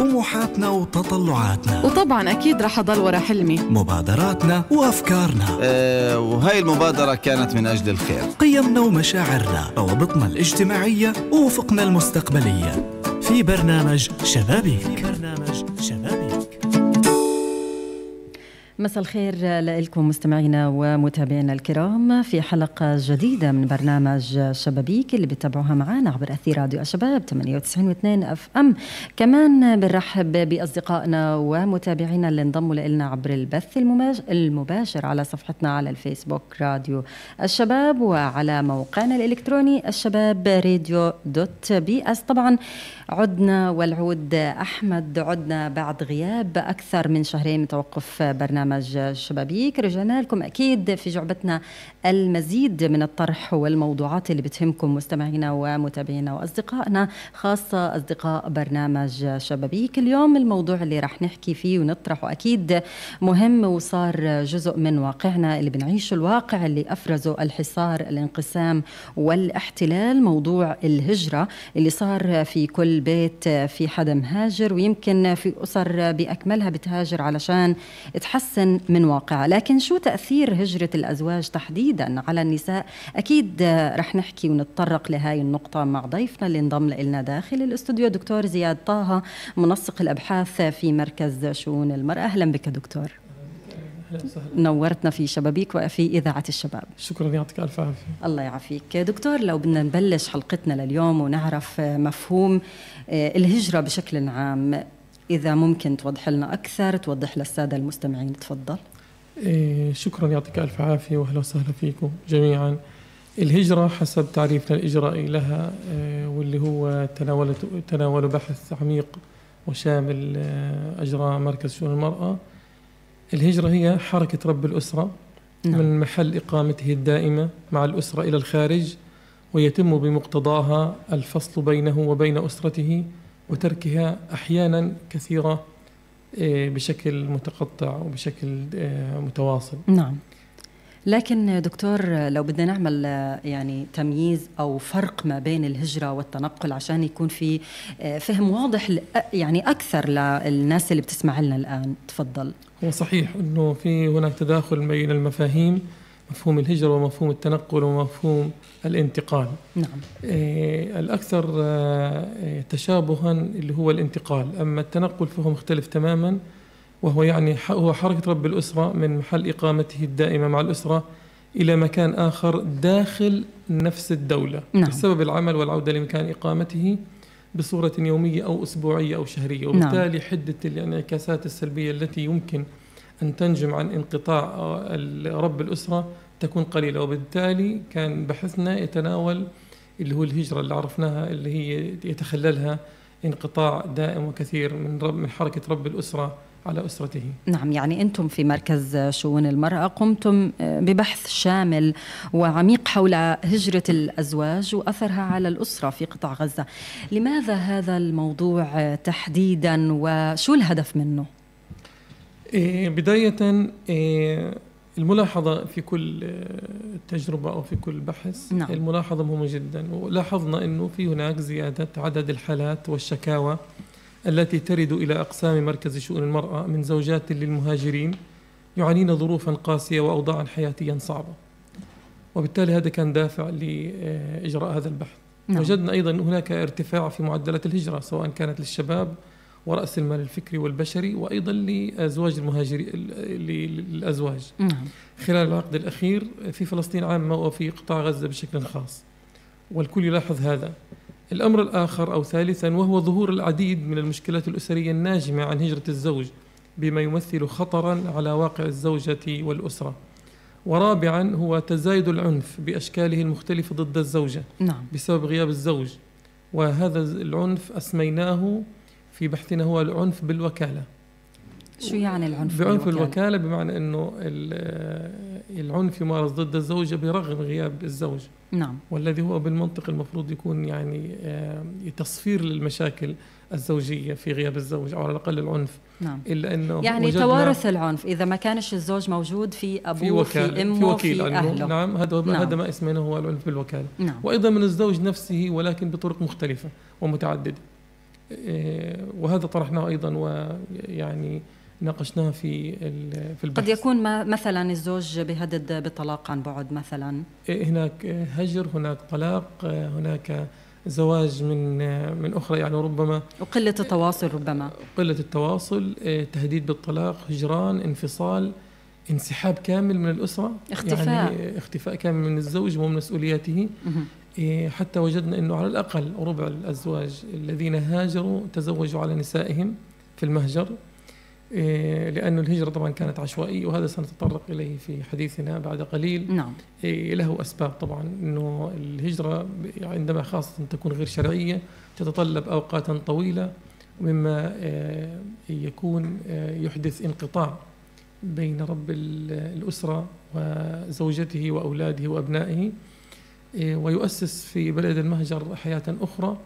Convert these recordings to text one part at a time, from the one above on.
طموحاتنا وتطلعاتنا، وطبعا أكيد رح أضل ورا حلمي، مبادراتنا وأفكارنا. وهاي المبادرة كانت من أجل الخير. قيمنا ومشاعرنا، روابطنا الاجتماعية وأفقنا المستقبلية في برنامج شبابيك. مساء الخير لكم مستمعينا ومتابعينا الكرام في حلقة جديدة من برنامج شبابيك اللي بتتابعوها معنا عبر أثير راديو الشباب 98.2 FM. كمان بنرحب بأصدقائنا ومتابعينا اللي انضموا لنا عبر البث المباشر على صفحتنا على الفيسبوك راديو الشباب، وعلى موقعنا الإلكتروني الشباب-radio.bs. طبعا عدنا والعود أحمد، عدنا بعد غياب أكثر من شهرين من توقف برنامج شبابيك. رجعنا لكم أكيد في جعبتنا المزيد من الطرح والموضوعات اللي بتهمكم مستمعينا ومتابعينا وأصدقائنا، خاصة أصدقاء برنامج شبابيك. اليوم الموضوع اللي رح نحكي فيه ونطرحه أكيد مهم وصار جزء من واقعنا اللي بنعيشه، الواقع اللي أفرزه الحصار، الانقسام والاحتلال، موضوع الهجرة اللي صار في كل بيت في حدا مهاجر، ويمكن في أسر بأكملها بتهاجر علشان تحسن من واقعها. لكن شو تأثير هجرة الأزواج تحديدا على النساء؟ أكيد رح نحكي ونتطرق لهاي النقطة مع ضيفنا اللي انضم لنا داخل الاستوديو، دكتور زياد طه، منسق الأبحاث في مركز شؤون المرأة. أهلا بك دكتور. نورتنا في شبابيك وفي إذاعة الشباب. شكرا، يعطيك ألف عافية. الله يعافيك دكتور. لو بدنا نبلش حلقتنا لليوم ونعرف مفهوم الهجرة بشكل عام، إذا ممكن توضح لنا أكثر، توضح للسادة المستمعين، تفضل. شكرا، يعطيك ألف عافية وأهلا وسهلا فيكم جميعا. الهجرة حسب تعريفنا الإجرائي لها واللي هو تناول بحث عميق وشامل أجرى مركز شؤون المرأة. الهجرة هي حركة رب الأسرة من محل إقامته الدائمة مع الأسرة إلى الخارج، ويتم بمقتضاها الفصل بينه وبين أسرته وتركها أحيانا كثيرة بشكل متقطع وبشكل متواصل. نعم. لكن دكتور، لو بدنا نعمل يعني تمييز أو فرق ما بين الهجرة والتنقل عشان يكون في فهم واضح يعني أكثر للناس اللي بتسمع لنا الآن، تفضل. هو صحيح أنه في هناك تداخل بين المفاهيم، مفهوم الهجرة ومفهوم التنقل ومفهوم الانتقال. نعم. الأكثر تشابها اللي هو الانتقال، أما التنقل فهو مختلف تماما، وهو يعني هو حركة رب الأسرة من محل إقامته الدائمة مع الأسرة إلى مكان آخر داخل نفس الدولة. نعم. بسبب العمل والعودة لمكان إقامته بصورة يومية أو أسبوعية أو شهرية، وبالتالي نعم. حدة الانعكاسات السلبية التي يمكن أن تنجم عن انقطاع رب الأسرة تكون قليلة، وبالتالي كان بحثنا يتناول اللي هو الهجرة اللي عرفناها، اللي هي يتخللها انقطاع دائم وكثير من حركة رب الأسرة على أسرته. نعم، يعني أنتم في مركز شؤون المرأة قمتم ببحث شامل وعميق حول هجرة الأزواج وأثرها على الأسرة في قطاع غزة. لماذا هذا الموضوع تحديدا وشو الهدف منه؟ بداية الملاحظة في كل تجربة أو في كل بحث، نعم. الملاحظة مهمة جدا، ولاحظنا أنه في هناك زيادة عدد الحالات والشكاوى التي ترد إلى أقسام مركز شؤون المرأة من زوجات للمهاجرين يعانين ظروفا قاسية وأوضاعا حياتيا صعبة، وبالتالي هذا كان دافع لإجراء هذا البحث. نعم. وجدنا أيضا هناك ارتفاع في معدلات الهجرة، سواء كانت للشباب ورأس المال الفكري والبشري، وأيضا لأزواج المهاجرين للأزواج. نعم. خلال العقد الأخير في فلسطين عامة وفي قطاع غزة بشكل خاص، والكل يلاحظ هذا. الأمر الآخر أو ثالثا وهو ظهور العديد من المشكلات الأسرية الناجمة عن هجرة الزوج، بما يمثل خطرا على واقع الزوجة والأسرة. ورابعا هو تزايد العنف بأشكاله المختلفة ضد الزوجة. نعم. بسبب غياب الزوج، وهذا العنف أسميناه في بحثنا هو العنف بالوكالة. شو يعني العنف بعنف الوكالة؟ بمعنى أنه العنف يمارس ضد الزوجة برغم غياب الزوج. نعم. والذي هو بالمنطق المفروض يكون يعني تصفير للمشاكل الزوجية في غياب الزوج، أو على الأقل العنف. نعم. إلا أنه يعني توارث العنف، إذا ما كانش الزوج موجود في أبوه، في أمه، في أهله. نعم. هذا ما اسمه هو العنف بالوكالة. نعم. وأيضا من الزوج نفسه، ولكن بطرق مختلفة ومتعددة. وهذا طرحناه أيضا ويعني ناقشناه في البحث. قد يكون مثلا الزوج بيهدد بالطلاق عن بعد مثلا، هناك هجر، هناك طلاق، هناك زواج من أخرى، يعني ربما وقلة التواصل، ربما قلة التواصل، تهديد بالطلاق، هجران، انفصال، انسحاب كامل من الأسرة، يعني اختفاء كامل من الزوج ومن مسؤولياته. حتى وجدنا أنه على الأقل ربع الأزواج الذين هاجروا تزوجوا على نسائهم في المهجر، لأن الهجرة طبعا كانت عشوائية، وهذا سنتطرق إليه في حديثنا بعد قليل. نعم. له أسباب طبعا، أنه الهجرة عندما خاصة تكون غير شرعية تتطلب أوقاتا طويلة، مما يكون يحدث انقطاع بين رب الأسرة وزوجته وأولاده وأبنائه، ويؤسس في بلد المهجر حياة أخرى.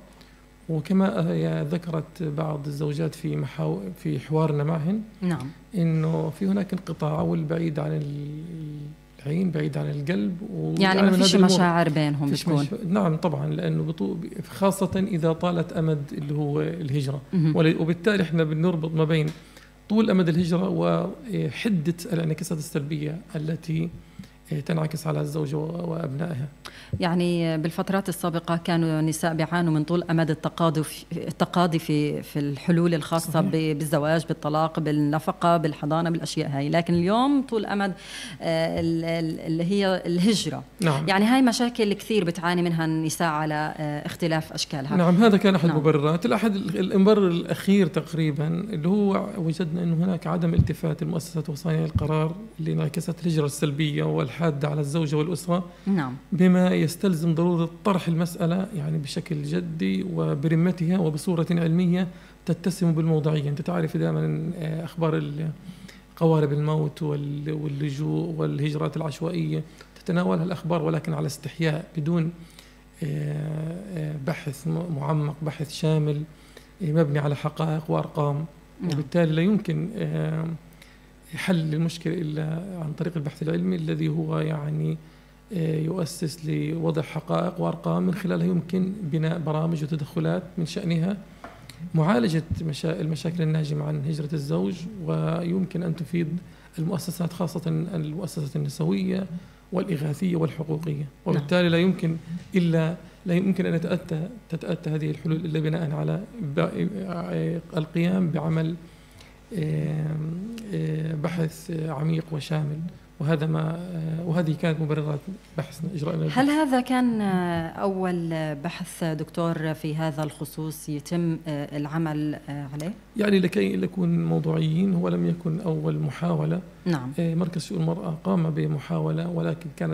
وكما ذكرت بعض الزوجات في حوارنا معهن، نعم، إنه في هناك انقطاع، والبعيد عن العين بعيد عن القلب، يعني ما فيش مشاعر بينهم بتكون. نعم طبعا، لأنه خاصة إذا طالت أمد اللي هو الهجرة، وبالتالي إحنا بنربط ما بين طول أمد الهجرة وحدة الانعكاسات السلبية التي تنعكس على الزوجة وأبنائها. يعني بالفترات السابقة كانوا النساء بيعانوا من طول أمد التقاضي في الحلول الخاصة صحيح. بالزواج، بالطلاق، بالنفقة، بالحضانة، بالأشياء هاي، لكن اليوم طول أمد اللي هي الهجرة. نعم. يعني هاي مشاكل كثير بتعاني منها النساء على اختلاف أشكالها. نعم، هذا كان أحد المبررات. المبرر الأخير تقريبا اللي هو وجدنا أنه هناك عدم التفات المؤسسات وصانع القرار لانعكاسات الهجرة السلبية والحادة على الزوجة والأسرة. نعم. بما يستلزم ضرورة طرح المسألة يعني بشكل جدي وبرمتها وبصورة علمية تتسم بالموضوعية. أنت تعرف دائما أخبار قوارب الموت واللجوء والهجرات العشوائية تتناولها الأخبار، ولكن على استحياء، بدون بحث معمق، بحث شامل مبني على حقائق وأرقام. وبالتالي لا يمكن حل المشكلة إلا عن طريق البحث العلمي الذي هو يعني يؤسس لوضع حقائق وأرقام من خلالها يمكن بناء برامج وتدخلات من شأنها معالجة المشاكل الناجمة عن هجرة الزوج، ويمكن أن تفيد المؤسسات، خاصة المؤسسات النسوية والإغاثية والحقوقية. وبالتالي لا يمكن أن تتأتى هذه الحلول إلا بناء على القيام بعمل بحث عميق وشامل، وهذه كانت مبررات بحثنا إجراء. هل هذا كان أول بحث دكتور في هذا الخصوص يتم العمل عليه؟ يعني لكي نكون موضوعيين، هو لم يكن أول محاولة. نعم. مركز شؤون المرأة قام بمحاولة، ولكن كانت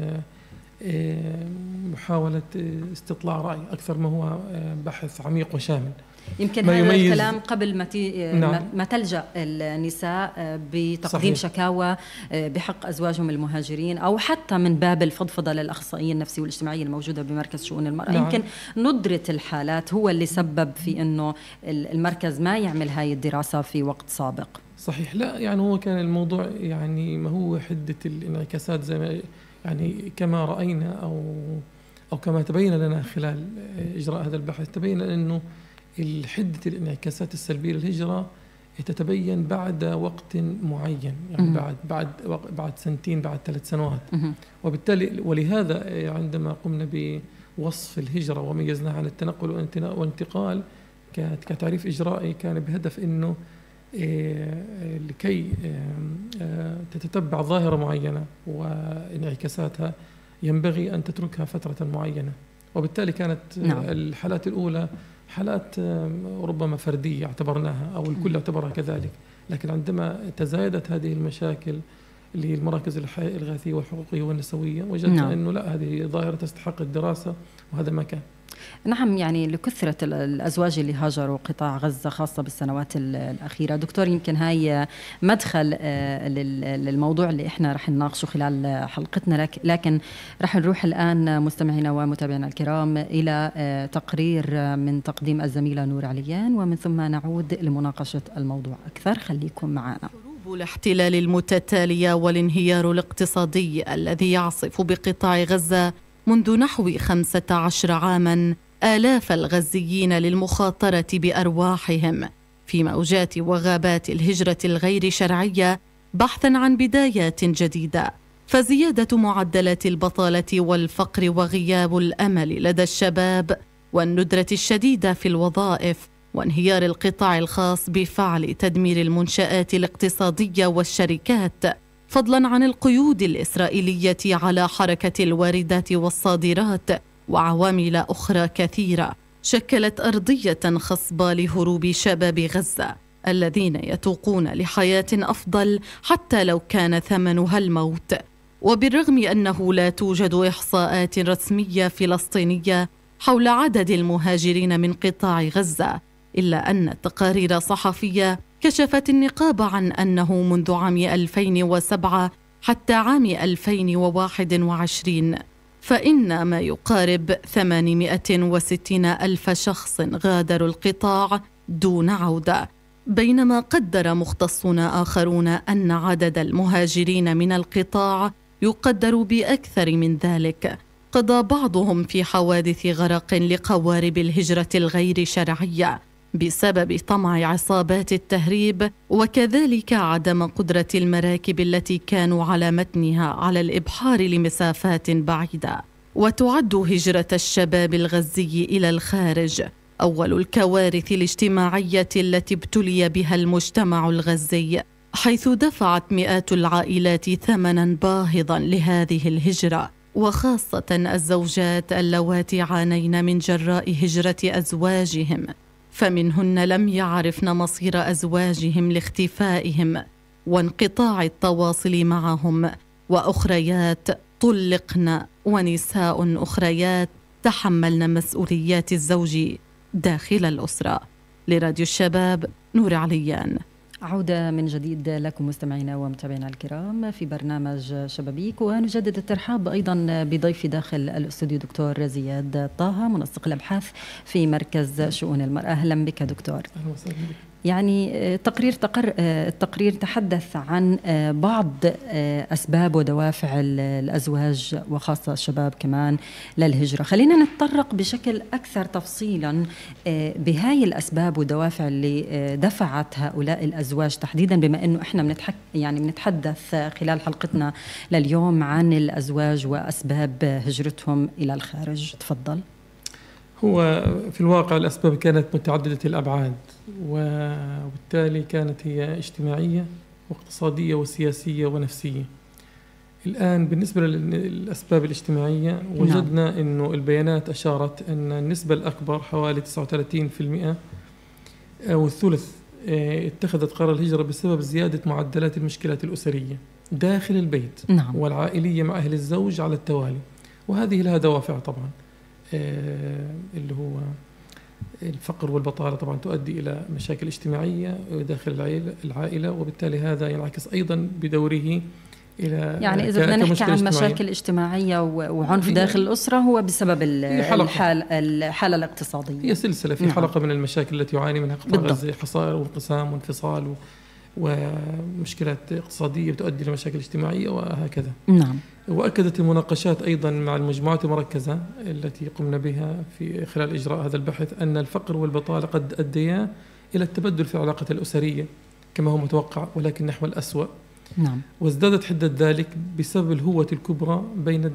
محاولة استطلاع رأي أكثر ما هو بحث عميق وشامل. يمكن هذا الكلام قبل ما تلجأ النساء بتقديم صحيح. شكاوى بحق أزواجهم المهاجرين، أو حتى من باب الفضفضة للأخصائيين النفسية والاجتماعية الموجودة بمركز شؤون المرأة. نعم. يمكن ندرة الحالات هو اللي سبب في أنه المركز ما يعمل هاي الدراسة في وقت سابق. صحيح. لا يعني هو كان الموضوع يعني ما هو حدة الانعكاسات زي ما يعني كما رأينا أو كما تبين لنا خلال إجراء هذا البحث، تبين أنه حدة الانعكاسات السلبية للهجرة تتبين بعد وقت معين، يعني بعد سنتين، بعد 3 سنوات. وبالتالي ولهذا عندما قمنا بوصف الهجرة وميزناها عن التنقل والانتقال كتعريف إجرائي، كان بهدف أنه لكي تتتبع ظاهرة معينة وانعكاساتها ينبغي أن تتركها فترة معينة. وبالتالي كانت الحالات الأولى حالات ربما فردية اعتبرناها، أو الكل اعتبرها كذلك، لكن عندما تزايدت هذه المشاكل للمراكز الإغاثية والحقوقية والنسوية وجدنا أنه لا، هذه ظاهرة تستحق الدراسة، وهذا ما كان. نعم، يعني لكثرة الأزواج اللي هاجروا قطاع غزة خاصة بالسنوات الأخيرة. دكتور، يمكن هاي مدخل للموضوع اللي إحنا رح نناقشه خلال حلقتنا، لكن رح نروح الآن مستمعينا ومتابعينا الكرام إلى تقرير من تقديم الزميلة نور عليان، ومن ثم نعود لمناقشة الموضوع أكثر. خليكم معنا. الاحتلال المتتالية والانهيار الاقتصادي الذي يعصف بقطاع غزة منذ نحو 15 عاما آلاف الغزيين للمخاطرة بأرواحهم في موجات وغابات الهجرة الغير شرعية بحثاً عن بدايات جديدة. فزيادة معدلات البطالة والفقر وغياب الأمل لدى الشباب والندرة الشديدة في الوظائف وانهيار القطاع الخاص بفعل تدمير المنشآت الاقتصادية والشركات، فضلاً عن القيود الإسرائيلية على حركة الواردات والصادرات وعوامل أخرى كثيرة، شكلت أرضية خصبة لهروب شباب غزة الذين يتوقون لحياة أفضل حتى لو كان ثمنها الموت. وبالرغم أنه لا توجد إحصاءات رسمية فلسطينية حول عدد المهاجرين من قطاع غزة، إلا أن تقارير صحفية كشفت النقاب عن أنه منذ عام 2007 حتى عام 2021 فإن ما يقارب 860 ألف شخص غادروا القطاع دون عودة، بينما قدر مختصون آخرون أن عدد المهاجرين من القطاع يقدر بأكثر من ذلك. قضى بعضهم في حوادث غرق لقوارب الهجرة الغير شرعية بسبب طمع عصابات التهريب، وكذلك عدم قدرة المراكب التي كانوا على متنها على الإبحار لمسافات بعيدة. وتعد هجرة الشباب الغزي إلى الخارج أول الكوارث الاجتماعية التي ابتلي بها المجتمع الغزي، حيث دفعت مئات العائلات ثمناً باهظاً لهذه الهجرة، وخاصة الزوجات اللواتي عانين من جراء هجرة أزواجهم، فمنهن لم يعرفن مصير أزواجهم لاختفائهم وانقطاع التواصل معهم، وأخريات طلقن، ونساء أخريات تحملن مسؤوليات الزوج داخل الأسرة. لراديو الشباب، نور عليان. عودة من جديد لكم مستمعينا ومتابعينا الكرام في برنامج شبابيك، ونجدد الترحاب أيضا بضيفي داخل الاستوديو دكتور زياد طه، منسق الأبحاث في مركز شؤون المرأة. أهلا بك دكتور. أهلا وسهلا بك. يعني التقرير تحدث عن بعض أسباب ودوافع الأزواج وخاصة الشباب كمان للهجرة. خلينا نتطرق بشكل أكثر تفصيلا بهاي الأسباب والدوافع اللي دفعت هؤلاء الأزواج تحديدا، بما أنه إحنا بنتحدث خلال حلقتنا لليوم عن الأزواج وأسباب هجرتهم إلى الخارج. تفضل. هو في الواقع الأسباب كانت متعددة الأبعاد، وبالتالي كانت هي اجتماعية واقتصادية وسياسية ونفسية. الآن بالنسبة للأسباب الاجتماعية وجدنا أنه البيانات أشارت أن النسبة الأكبر حوالي 39% أو الثلث اتخذت قرار الهجرة بسبب زيادة معدلات المشكلات الأسرية داخل البيت والعائلية مع أهل الزوج على التوالي، وهذه لها دوافع طبعا، اللي هو الفقر والبطالة طبعا تؤدي إلى مشاكل اجتماعية داخل العائلة، وبالتالي هذا ينعكس أيضا بدوره إلى يعني إذا بدنا نحكي عن مشاكل اجتماعية وعنف داخل الأسرة هو بسبب الحالة الاقتصادية. هي سلسلة في حلقة من المشاكل التي يعاني منها قطاع غزة، حصار وانقسام وانفصال ومشكلات اقتصادية بتؤدي إلى مشاكل اجتماعية وهكذا. نعم. وأكدت المناقشات أيضا مع المجموعات المركزة التي قمنا بها في خلال إجراء هذا البحث أن الفقر والبطالة قد أديا إلى التبدل في العلاقة الأسرية كما هو متوقع، ولكن نحو الأسوأ. نعم. وازدادت حدة ذلك بسبب الهوة الكبرى بين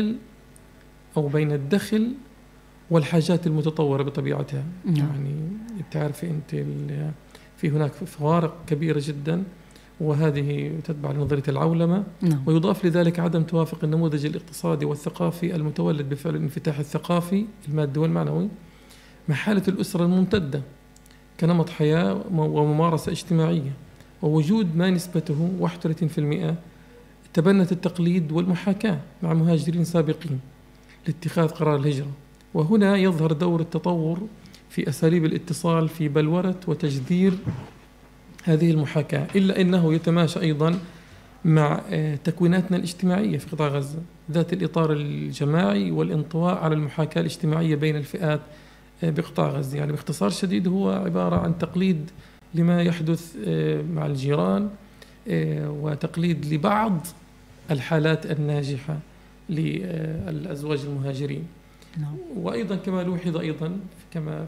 الدخل والحاجات المتطورة بطبيعتها. نعم. يعني تعرفي أنت في هناك فوارق كبيرة جدا، وهذه تتبع لنظرية العولمة. نعم. ويضاف لذلك عدم توافق النموذج الاقتصادي والثقافي المتولد بفعل الانفتاح الثقافي المادي والمعنوي مع حالة الأسرة الممتدة كنمط حياة وممارسة اجتماعية، ووجود ما نسبته 31% تبنت التقليد والمحاكاة مع مهاجرين سابقين لاتخاذ قرار الهجرة. وهنا يظهر دور التطور في أساليب الاتصال في بلورة وتجذير هذه المحاكاة، إلا أنه يتماشى أيضا مع تكويناتنا الاجتماعية في قطاع غزة ذات الإطار الجماعي والانطواء على المحاكاة الاجتماعية بين الفئات بقطاع غزة. يعني باختصار شديد هو عبارة عن تقليد لما يحدث مع الجيران وتقليد لبعض الحالات الناجحة للأزواج المهاجرين. وأيضا كما لوحظ أيضا كما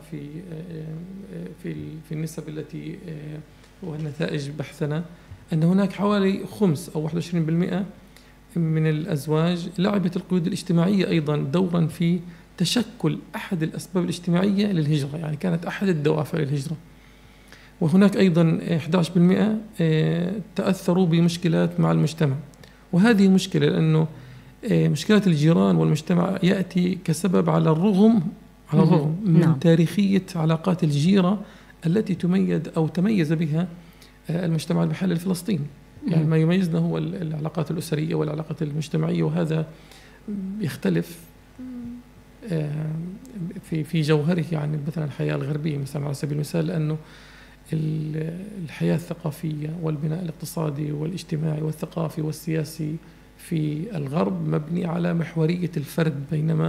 في النسب التي ونتائج بحثنا أن هناك حوالي 5 أو 21% من الأزواج لعبت القيود الاجتماعية أيضا دورا في تشكل أحد الأسباب الاجتماعية للهجرة، يعني كانت أحد الدوافع للهجرة. وهناك أيضا 11% تأثروا بمشكلات مع المجتمع، وهذه مشكلة لأنه مشكلات الجيران والمجتمع يأتي كسبب على الرغم من تاريخية علاقات الجيرة التي تميز بها المجتمع المحلي الفلسطيني. يعني ما يميزنا هو العلاقات الأسرية والعلاقات المجتمعية، وهذا يختلف في جوهره يعني مثلا الحياة الغربية مثلا على سبيل المثال، لأنه الحياة الثقافية والبناء الاقتصادي والاجتماعي والثقافي والسياسي في الغرب مبني على محورية الفرد، بينما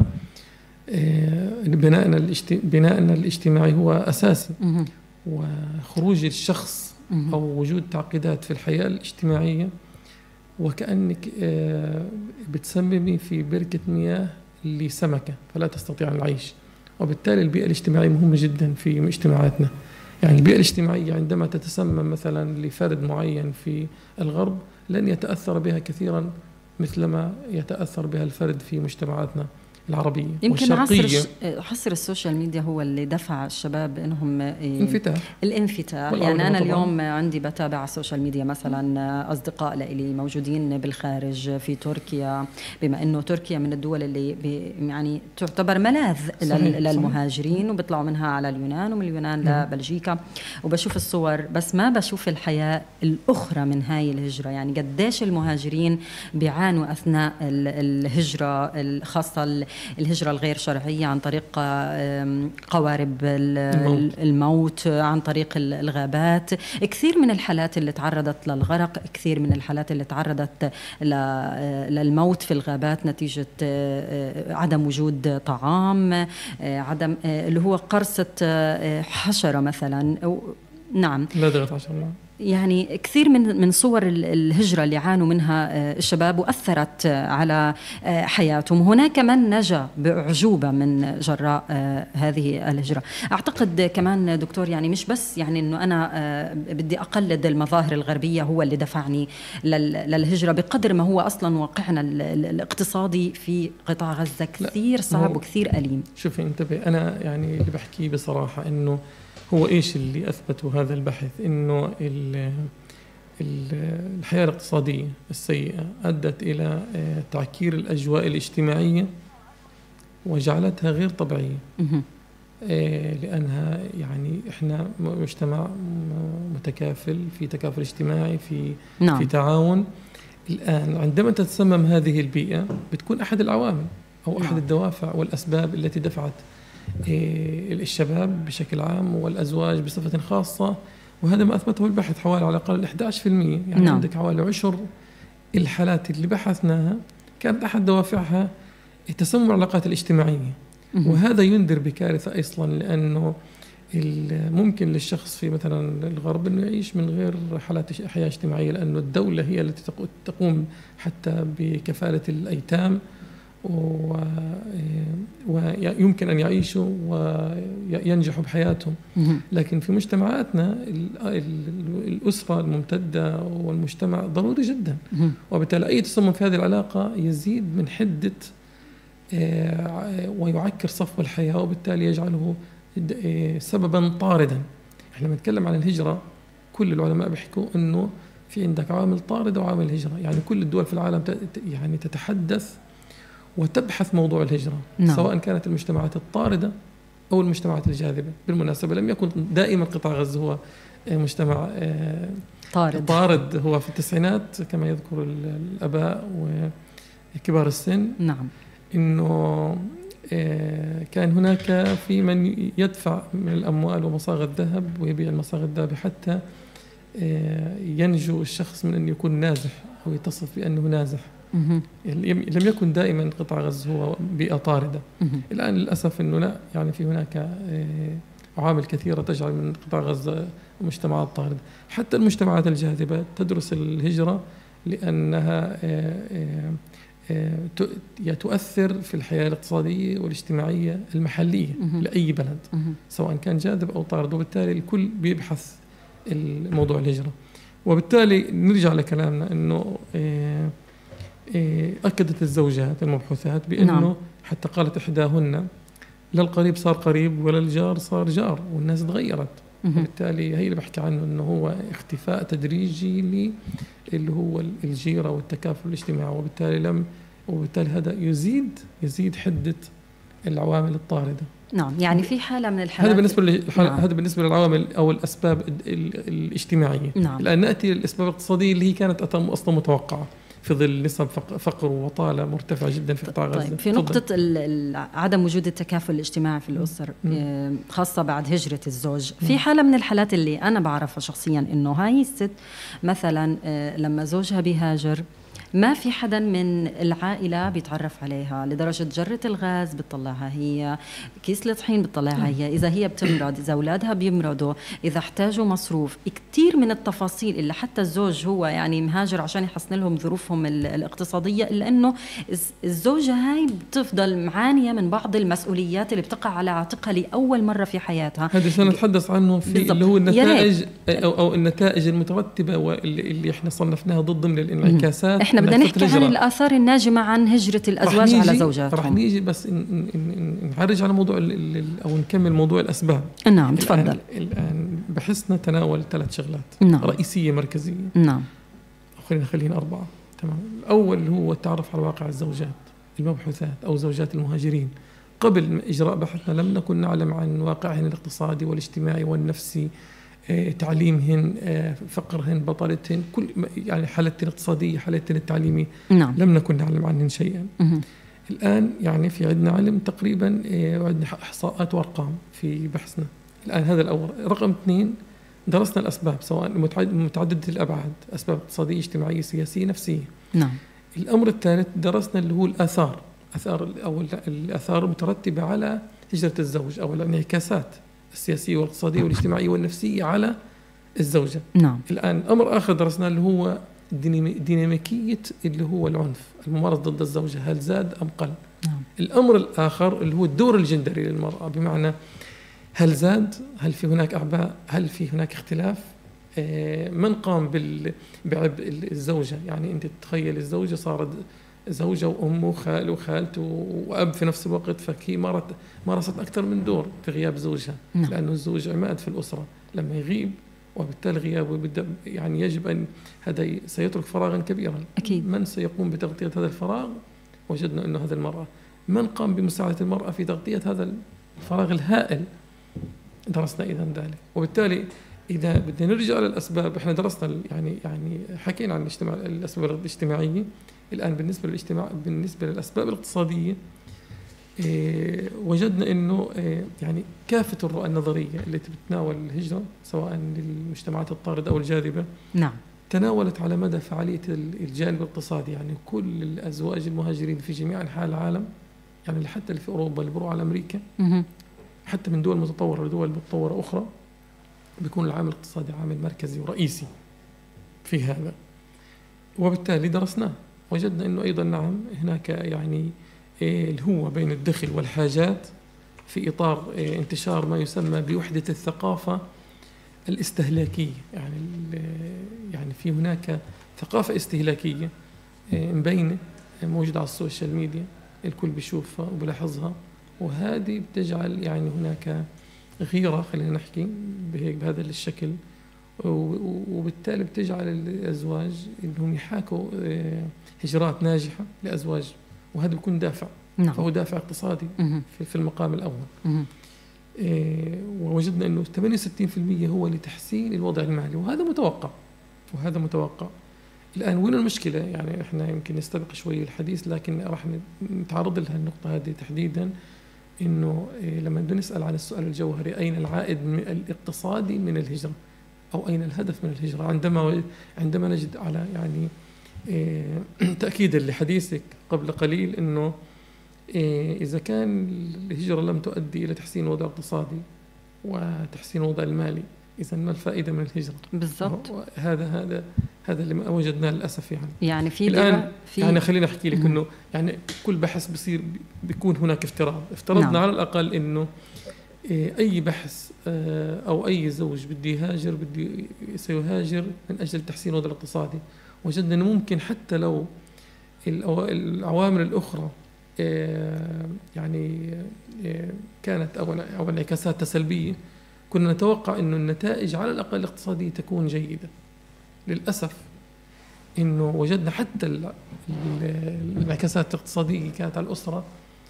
بناءنا الاجتماعي هو أساسي. وخروج الشخص أو وجود تعقيدات في الحياة الاجتماعية وكأنك بتسممي في بركة مياه لسمكة فلا تستطيع العيش. وبالتالي البيئة الاجتماعية مهمة جدا في مجتمعاتنا. يعني البيئة الاجتماعية عندما تتسمم مثلا لفرد معين في الغرب لن يتأثر بها كثيرا مثلما يتأثر بها الفرد في مجتمعاتنا العربية. يمكن عصر السوشيال ميديا هو اللي دفع الشباب انهم الانفتاح. يعني انا اليوم عندي بتابع على السوشيال ميديا مثلا اصدقاء لي موجودين بالخارج في تركيا، بما انه تركيا من الدول اللي يعني تعتبر ملاذ للمهاجرين، وبيطلعوا منها على اليونان ومن اليونان لبلجيكا، وبشوف الصور بس ما بشوف الحياة الأخرى من هاي الهجرة. يعني قديش المهاجرين بيعانوا أثناء الهجرة، الخاصة الهجرة الغير شرعية عن طريق قوارب الموت، عن طريق الغابات. كثير من الحالات اللي تعرضت للغرق، كثير من الحالات اللي تعرضت للموت في الغابات نتيجة عدم وجود طعام، عدم اللي هو قرصة حشرة مثلا. نعم، لدغة حشرة. يعني كثير من صور الهجرة اللي عانوا منها الشباب وأثرت على حياتهم. هناك من نجا بعجوبة من جراء هذه الهجرة. أعتقد كمان دكتور يعني مش بس يعني أنه أنا بدي أقلد المظاهر الغربية هو اللي دفعني للهجرة، بقدر ما هو أصلا واقعنا الاقتصادي في قطاع غزة كثير صعب وكثير أليم. شوفي انتبه، أنا يعني اللي بحكيه بصراحة أنه هو إيش اللي أثبته هذا البحث، إنه الحياة الاقتصادية السيئة أدت إلى تعكير الأجواء الاجتماعية وجعلتها غير طبيعية. لأنها يعني إحنا مجتمع متكافل، في تكافل اجتماعي، في تعاون. الآن عندما تتسمم هذه البيئة بتكون أحد العوامل أو أحد الدوافع والأسباب التي دفعت الشباب بشكل عام والأزواج بصفة خاصة، وهذا ما أثبته البحث حوالي على الأقل 11%. يعني عندك حوالي 10 الحالات اللي بحثناها كانت أحد دوافعها تسمم العلاقات الاجتماعية. وهذا ينذر بكارثة أصلا، لأنه ممكن للشخص في مثلا الغرب أنه يعيش من غير حالات حياة اجتماعية، لأنه الدولة هي التي تقوم حتى بكفالة الأيتام ويمكن أن يعيشوا وينجحوا بحياتهم. لكن في مجتمعاتنا الأسرة الممتدة والمجتمع ضروري جدا، وبالتالي أي تسمم في هذه العلاقة يزيد من حدة ويعكر صفو الحياة، وبالتالي يجعله سببا طاردا. احنا بنتكلم عن الهجرة، كل العلماء بيحكوا انه في عندك عوامل طاردة وعوامل هجرة. يعني كل الدول في العالم يعني تتحدث وتبحث موضوع الهجرة، سواء كانت المجتمعات الطاردة أو المجتمعات الجاذبة. بالمناسبة لم يكن دائما قطاع غزة هو مجتمع طارد. هو في التسعينات كما يذكر الآباء وكبار السن إنه كان هناك في من يدفع من الأموال ومصاغ الذهب ويبيع المصاغ الذهب حتى ينجو الشخص من أن يكون نازح أو يتصف بأنه نازح. لم يكن دائما قطاع غزة هو بيئة طاردة. الآن للأسف أنه لا، يعني في هناك عوامل كثيرة تجعل من قطاع غزة مجتمعات طاردة. حتى المجتمعات الجاذبة تدرس الهجرة لأنها تؤثر في الحياة الاقتصادية والاجتماعية المحلية لأي بلد سواء كان جاذب أو طارد، وبالتالي الكل بيبحث الموضوع الهجرة. وبالتالي نرجع لكلامنا أنه أكدت الزوجات المبحوثات بأنه حتى قالت إحداهن للقريب صار قريب وللجار صار جار، والناس تغيرت. وبالتالي هي اللي بحكي عنه أنه هو اختفاء تدريجي اللي هو الجيرة والتكافل الاجتماعي، وبالتالي هذا يزيد حدة العوامل الطاردة. نعم، يعني في حالة من الحالات هذا بالنسبة للعوامل أو الأسباب الاجتماعية. نعم. الآن نأتي للأسباب الاقتصادية اللي هي كانت أصلا متوقعة في ظل نسب فقر وبطالة مرتفعة جدا في قطاع غزة. طيب، في نقطة عدم وجود التكافل الاجتماعي في الأسر خاصة بعد هجرة الزوج، في حالة من الحالات اللي أنا بعرفها شخصيا إنه هاي الست مثلا لما زوجها بيهاجر ما في حدا من العائلة بيتعرف عليها، لدرجة جرة الغاز بتطلعها هي، كيس الطحين بتطلعها هي، إذا هي بتمرض، إذا أولادها بيمرضوا، إذا احتاجوا مصروف، كتير من التفاصيل اللي حتى الزوج هو يعني مهاجر عشان يحسن لهم ظروفهم الاقتصادية، إلا أنه الزوجة هاي بتفضل معانية من بعض المسؤوليات اللي بتقع على عاتقها لأول مرة في حياتها. هذا سنتحدث عنه في اللي هو النتائج أو النتائج المترتبة واللي احنا صنفناها ضد من الانعكاسات. احنا بدنا نحكي عن الآثار الناجمة عن هجرة الأزواج على زوجاتهم. رح نيجي بس نعرج على موضوع أو نكمل موضوع الأسباب. نعم تفضل. الآن بحثنا تناول 3 شغلات رئيسية مركزية. نعم. خلينا 4. تمام. الأول هو التعرف على واقع الزوجات المبحوثات أو زوجات المهاجرين. قبل إجراء بحثنا لم نكن نعلم عن واقعهن الاقتصادي والاجتماعي والنفسي، تعليمهن، فقرهن، بطالتهن، كل يعني حالتهن الاقتصادية، حالتهن التعليمية. نعم. لم نكن نعلم عنهن شيئا. الآن يعني في عندنا علم تقريبا، وعندنا إحصاءات وأرقام في بحثنا. الآن هذا الأول. رقم 2 درسنا الأسباب سواء متعددة الأبعاد، أسباب اقتصادية اجتماعية سياسية نفسية. نعم. الأمر الثالث درسنا اللي هو الآثار المترتبة على هجرة الزوج أو الانعكاسات السياسية والاقتصادية والاجتماعية والنفسية على الزوجة. نعم. الآن أمر آخر درسناه اللي هو ديناميكية اللي هو العنف الممارس ضد الزوجة، هل زاد أم قل؟ نعم. الأمر الآخر اللي هو الدور الجندري للمرأة، بمعنى هل زاد؟ هل في هناك أعباء؟ هل في هناك اختلاف؟ من قام بعبء الزوجة؟ يعني أنت تتخيل الزوجة صارت زوجة وأم وخال وخالته وأب في نفس الوقت، فهي مارست أكثر من دور في غياب زوجها. نعم. لأنه الزوج عماد في الأسرة، لما يغيب وبالتالي غيابه يعني يجب أن هذا سيترك فراغا كبيرا. أكيد. من سيقوم بتغطية هذا الفراغ؟ وجدنا أنه هذا المرأة. من قام بمساعدة المرأة في تغطية هذا الفراغ الهائل؟ درسنا إذن ذلك. وبالتالي إذا بدنا نرجع للأسباب، إحنا درسنا يعني حكينا عن الأسباب الاجتماعية. الآن بالنسبة للأسباب الاقتصادية، وجدنا إنه يعني كافة الرؤى النظرية التي بتتناول الهجرة سواء للمجتمعات الطاردة أو الجاذبة، نعم، تناولت على مدى فعالية الجانب الاقتصادي. يعني كل الأزواج المهاجرين في جميع أنحاء العالم، يعني حتى اللي في أوروبا اللي بروح على أمريكا، حتى من دول متطورة لدول متطورة أخرى، بيكون العامل الاقتصادي عامل مركزي ورئيسي في هذا. وبالتالي درسناه وجدنا أنه أيضا نعم هناك يعني اللي هو بين الدخل والحاجات في إطار انتشار ما يسمى بوحدة الثقافة الاستهلاكية. يعني في هناك ثقافة استهلاكية مبينة موجودة على السوشيال ميديا، الكل بيشوفها وبلاحظها، وهذه بتجعل يعني هناك غيرة، خلينا نحكي بهذا الشكل، وبالتالي بتجعل الأزواج إنهم يحاكوا هجرات ناجحة لأزواج، وهذا بيكون دافع. نعم. فهو دافع اقتصادي في المقام الأول. ووجدنا أنه 68% هو لتحسين الوضع المالي، وهذا متوقع. الآن وين المشكلة؟ يعني إحنا يمكن نستبق شوي الحديث، لكن راح نتعرض لها النقطة هذه تحديدا، إنه لما بنسأل عن السؤال الجوهري أين العائد الاقتصادي من الهجرة أو أين الهدف من الهجرة، عندما نجد على يعني تأكيدا لحديثك قبل قليل إنه إذا كان الهجرة لم تؤدي إلى تحسين الوضع الاقتصادي وتحسين الوضع المالي، إذا ما الفائدة من الهجرة؟ بالضبط. هذا اللي وجدناه للأسف. يعني في الآن يعني خليني أحكي لك إنه يعني كل بحث بصير بيكون هناك افترضنا نعم. على الأقل إنه أي بحث أو أي زوج بدي سيهاجر من أجل تحسين الوضع الاقتصادي. وجدنا إنه ممكن حتى لو العوامل الأخرى يعني كانت أو انعكاساتها سلبية، كنا نتوقع إنه النتائج على الأقل الاقتصادية تكون جيدة. للأسف إنه وجدنا حتى الانعكاسات الاقتصادية كانت على الأسرة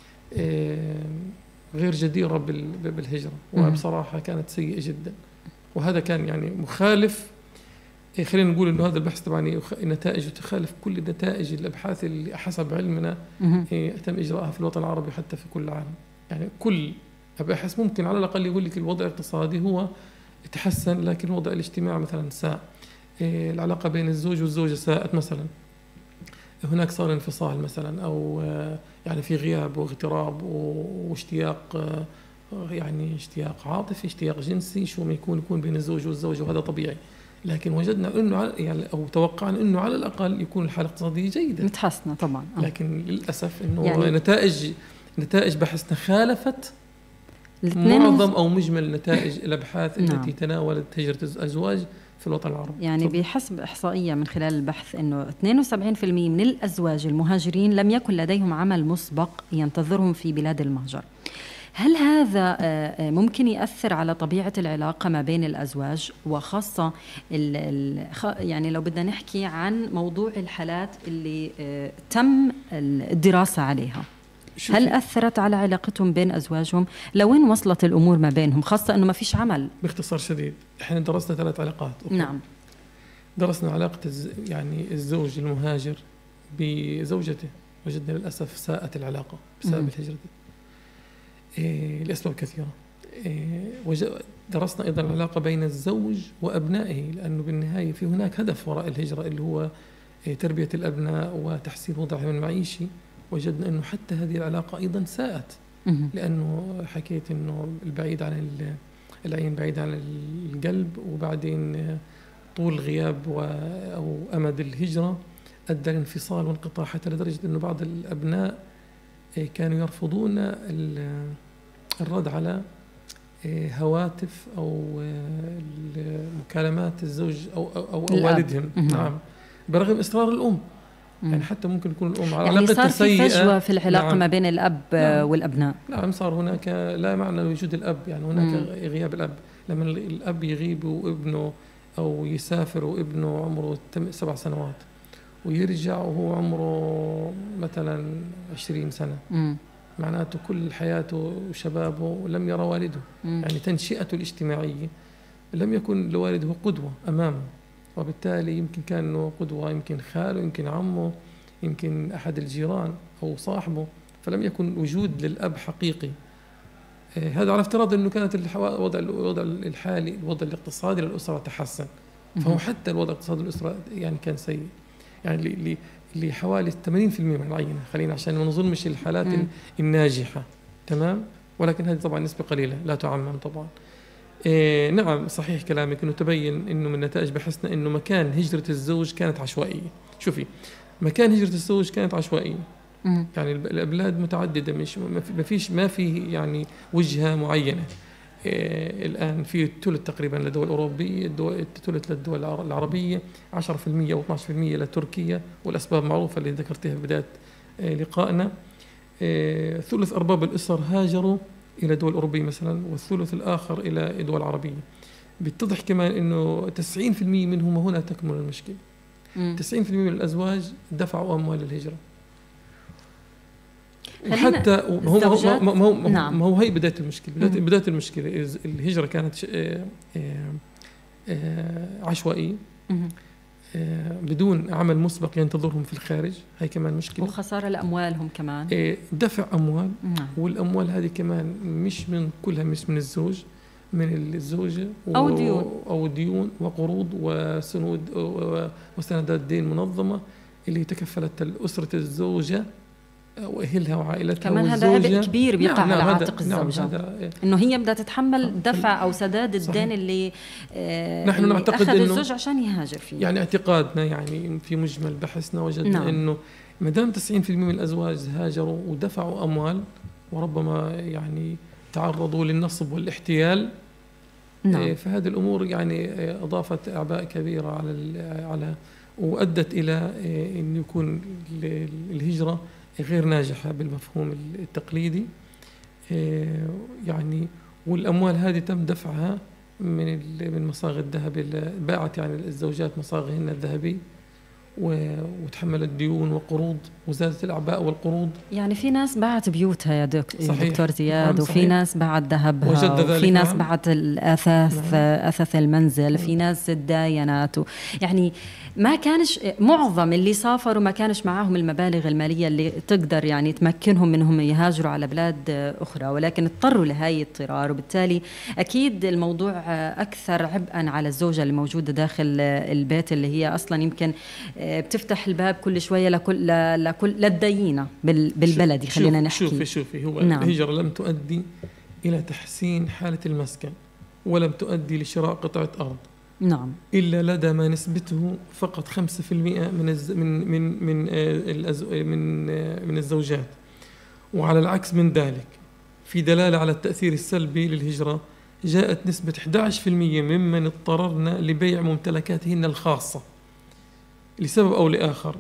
غير جديرة بالهجرة، وبصراحة كانت سيئة جدا. وهذا كان يعني مخالف، خلينا نقول إنه هذا البحث طبعا نتائجه تخالف كل نتائج الأبحاث اللي حسب علمنا تم إجراءها في الوطن العربي حتى في كل العالم. يعني كل أبحث ممكن على الأقل يقول لك الوضع الاقتصادي هو تحسن، لكن الوضع الاجتماعي مثلا ساء، العلاقة بين الزوج والزوجة ساءت مثلا، هناك صار انفصال مثلا، أو يعني في غياب واغتراب واشتياق، يعني اشتياق عاطفي، اشتياق جنسي، شو ما يكون بين الزوج والزوجة، وهذا طبيعي. لكن وجدنا انه يعني او توقعنا انه على الاقل يكون الحاله الاقتصاديه جيده متحسنه طبعا. لكن للاسف انه يعني نتائج بحثنا خالفت معظم او مجمل نتائج الابحاث التي تناولت هجره الازواج في الوطن العربي. يعني بحسب إحصائية من خلال البحث أنه 72% من الأزواج المهاجرين لم يكن لديهم عمل مسبق ينتظرهم في بلاد المهجر. هل هذا ممكن يأثر على طبيعة العلاقة ما بين الأزواج، وخاصة يعني لو بدنا نحكي عن موضوع الحالات اللي تم الدراسة عليها، هل أثرت على علاقتهم بين أزواجهم؟ لوين وصلت الأمور ما بينهم، خاصة أنه ما فيش عمل؟ باختصار شديد إحنا درسنا 3 علاقات أخرى. نعم. درسنا علاقة يعني الزوج المهاجر بزوجته، وجدنا للأسف ساءت العلاقة بسبب الهجرة لأسباب كثيرة. درسنا أيضا العلاقة بين الزوج وأبنائه، لأنه بالنهاية في هناك هدف وراء الهجرة اللي هو تربية الأبناء وتحسين وضعهم المعيشي. وجدنا أنه حتى هذه العلاقة أيضا ساءت، لأنه حكيت أنه البعيد عن العين بعيد عن القلب، وبعدين طول غياب أو أمد الهجرة أدى الانفصال وانقطاع، حتى لدرجة أنه بعض الأبناء كانوا يرفضون الرد على هواتف أو مكالمات الزوج أو والدهم. نعم، برغم إصرار الأم. يعني حتى ممكن يكون الأم على علاقتها يعني صار في فجوة في العلاقة. نعم. ما بين الأب والأبناء. نعم، صار هناك لا معنى لوجود الأب، يعني هناك غياب الأب. لما الأب يغيب وابنه أو يسافر وابنه عمره 7 سنوات ويرجع وهو عمره مثلا 20 سنة، معناته كل حياته وشبابه لم يرى والده. يعني تنشئته الاجتماعية لم يكن لوالده قدوة أمامه، وبالتالي يمكن كان قدوة، يمكن خاله، يمكن عمه، يمكن أحد الجيران أو صاحبه، فلم يكن وجود للأب حقيقي. هذا على افتراض أنه كانت الوضع الحالي، الوضع الاقتصادي للأسرة تحسن، فهو حتى الوضع الاقتصادي للأسرة يعني كان سيء. يعني اللي حوالي 80% من العينة، خلينا عشان ما نظلمش الحالات الناجحة، تمام، ولكن هذه طبعا نسبة قليلة لا تعمم طبعا. نعم صحيح كلامك، انه تبين انه من نتائج بحثنا انه مكان هجرة الزوج كانت عشوائية. شوفي، مكان هجرة الزوج كانت عشوائية، يعني البلاد متعددة، مش ما في يعني وجهة معينة. الآن في ثلث تقريبا للدول الأوروبية، ثلث للدول العربية، 10% أو 12% لتركيا، والأسباب معروفة اللي ذكرتها في بداية لقائنا. ثلث أرباب الأسر هاجروا إلى دول أوروبية مثلا، والثلث الآخر إلى دول عربية. بيتضح كمان إنه 90% منهم هنا تكمن المشكلة. 90% من الأزواج دفعوا أموال للهجرة. وحتى ما هو هي بداية المشكلة. بداية المشكلة الهجرة كانت عشوائية، بدون عمل مسبق ينتظرهم في الخارج، هاي كمان مشكلة. وخسارة لأموالهم كمان، دفع أموال. والأموال هذه كمان مش من كلها، مش من الزوج، من الزوجة أو ديون وقروض وسنود وسندات دين منظمة اللي تكفلت أسرة الزوجة وأهلها وعائلتها كمان هذا عبء كبير بيقع على عاتق الزوجة، إنه هي بدها تتحمل دفع أو سداد الدين اللي نحن نعتقد أخذ الزوج عشان يهاجر فيه. يعني اعتقادنا يعني في مجمل بحثنا وجدنا إنه ما دام 90% من الأزواج هاجروا ودفعوا أموال وربما يعني تعرضوا للنصب والاحتيال، فهذه الأمور يعني أضافت أعباء كبيرة على وأدت إلى أن يكون الهجرة غير ناجحة بالمفهوم التقليدي يعني. والأموال هذه تم دفعها من مصاغ الذهب، باعت يعني الزوجات مصاغهن الذهبي وتحملت ديون وقروض وزادت الأعباء والقروض. يعني في ناس باعت بيوتها يا دكتور زياد، وفي ناس باعت ذهبها، وفي ناس باعت الأثاث، أثاث المنزل، في ناس تداينات. يعني ما كانش معظم اللي سافروا ما كانش معاهم المبالغ المالية اللي تقدر يعني تمكنهم منهم يهاجروا على بلاد أخرى، ولكن اضطروا لهاي اضطرار، وبالتالي أكيد الموضوع أكثر عبئا على الزوجة اللي موجودة داخل البيت، اللي هي أصلا يمكن بتفتح الباب كل شوية للدينة بالبلدي. خلينا نحكي. شوفي هو الهجرة لم تؤدي إلى تحسين حالة المسكن، ولم تؤدي لشراء قطعة أرض، إلا لدى ما نسبته فقط 5% من الزوجات. وعلى العكس من ذلك، في دلالة على التأثير السلبي للهجرة، جاءت نسبة 11% ممن اضطررن لبيع ممتلكاتهن الخاصة لسبب أو لآخر،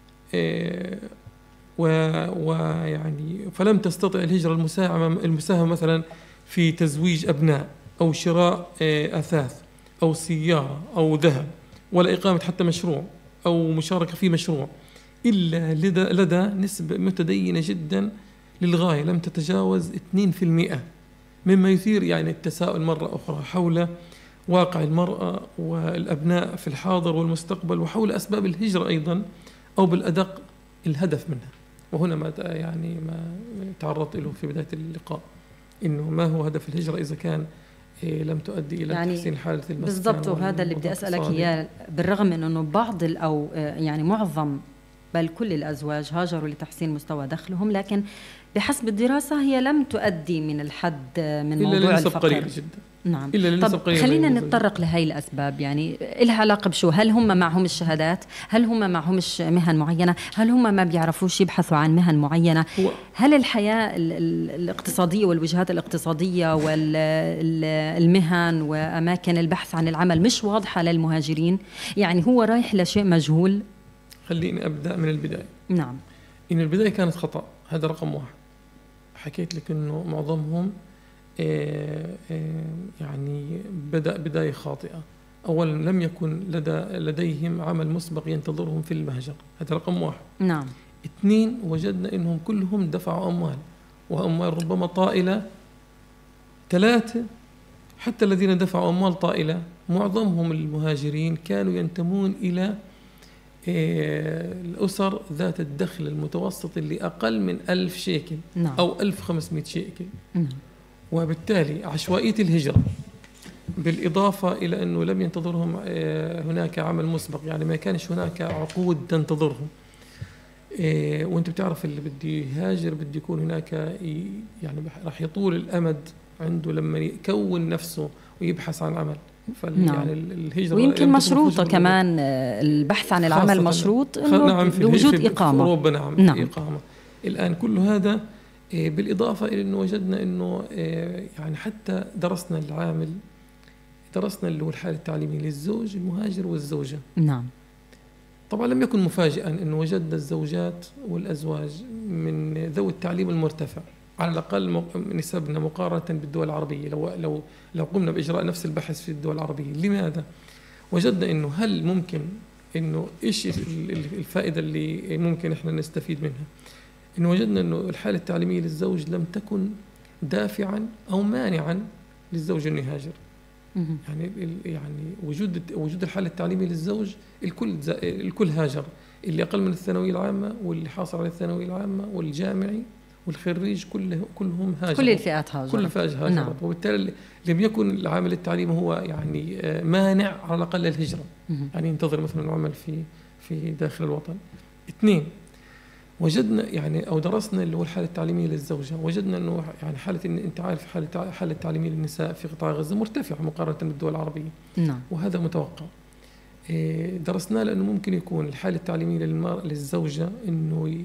ويعني فلم تستطع الهجرة المساهمة مثلا في تزويج أبناء أو شراء أثاث أو سيارة أو ذهب، ولا إقامة حتى مشروع أو مشاركة في مشروع، إلا لدى نسبة متدينة جدا للغاية لم تتجاوز 2%، مما يثير يعني التساؤل مرة أخرى حول واقع المرأة والأبناء في الحاضر والمستقبل، وحول أسباب الهجرة أيضا، أو بالأدق الهدف منها. وهنا ما تعرضت له في بداية اللقاء، إنه ما هو هدف الهجرة إذا كان لم تؤدي إلى يعني تحسين حالة المسكن. بالضبط، وهذا اللي بدي أسألك إياه. بالرغم من أنه بعض أو يعني معظم بل كل الأزواج هاجروا لتحسين مستوى دخلهم، لكن بحسب الدراسة هي لم تؤدي من الحد من موضوع الفقر قليل جدا. نعم. طب خلينا نتطرق لهي الأسباب، يعني إلها علاقة بشو؟ هل هم معهم الشهادات؟ هل هم معهم مهن معينة؟ هل هم ما بيعرفوش يبحثوا عن مهن معينة؟ هل الحياة الاقتصادية والوجهات الاقتصادية والمهن وأماكن البحث عن العمل مش واضحة للمهاجرين؟ يعني هو رايح لشيء مجهول. خليني أبدأ من البداية. نعم. إن البداية كانت خطأ، هذا رقم واحد. حكيت لك إنه معظمهم يعني بدأ بداية خاطئة. أولا لم يكن لديهم عمل مسبق ينتظرهم في المهجر، هذا رقم واحد. نعم. 2، وجدنا إنهم كلهم دفعوا أموال، وأموال ربما طائلة. 3، حتى الذين دفعوا أموال طائلة معظمهم المهاجرين كانوا ينتمون إلى الأسر ذات الدخل المتوسط اللي أقل من 1000 شيكل. نعم. أو 1500 شيكل. وبالتالي عشوائية الهجرة، بالإضافة إلى أنه لم ينتظرهم هناك عمل مسبق، يعني ما كانش هناك عقود تنتظرهم. وأنت بتعرف اللي بدي يهاجر بدي يكون هناك يعني راح يطول الأمد عنده لما يكون نفسه ويبحث عن عمل. نعم. يعني الهجرة ويمكن مشروطة كمان، البحث عن العمل مشروط بوجود إقامة. أوروبا نعم. في إقامة. الآن كل هذا بالإضافة إلى أنه وجدنا أنه يعني حتى درسنا اللي هو الحالة التعليمية للزوج المهاجر والزوجة. نعم. طبعا لم يكن مفاجئا أنه وجدنا الزوجات والأزواج من ذوي التعليم المرتفع على الأقل نسبنا مقارنة بالدول العربية. لو قمنا بإجراء نفس البحث في الدول العربية. لماذا؟ وجدنا أنه هل ممكن أنه إيش الفائدة اللي ممكن إحنا نستفيد منها؟ إنه وجدنا أنه الحالة التعليمية للزوج لم تكن دافعا أو مانعا للزوج أن يهاجر. يعني وجود الحالة التعليمية للزوج الكل هاجر، اللي أقل من الثانوية العامة واللي حاصل على الثانوية العامة والجامعي والخريج كلهم هاجروا. كل الفئات هاجرت. كل الفئات هاجرت. نعم. وبالتالي لم يكن العامل التعليمي هو يعني مانع على الأقل الهجرة. يعني ينتظر مثلا العمل في داخل الوطن. 2، وجدنا يعني أو درسنا اللي هو الحالة التعليمية للزوجة، وجدنا أنه يعني حالة إن أنت عارف حالة التعليمية للنساء في قطاع غزة مرتفعة مقارنة بالدول العربية. نعم. وهذا متوقع. درسنا لأنه ممكن يكون الحالة التعليمية للزوجة أنه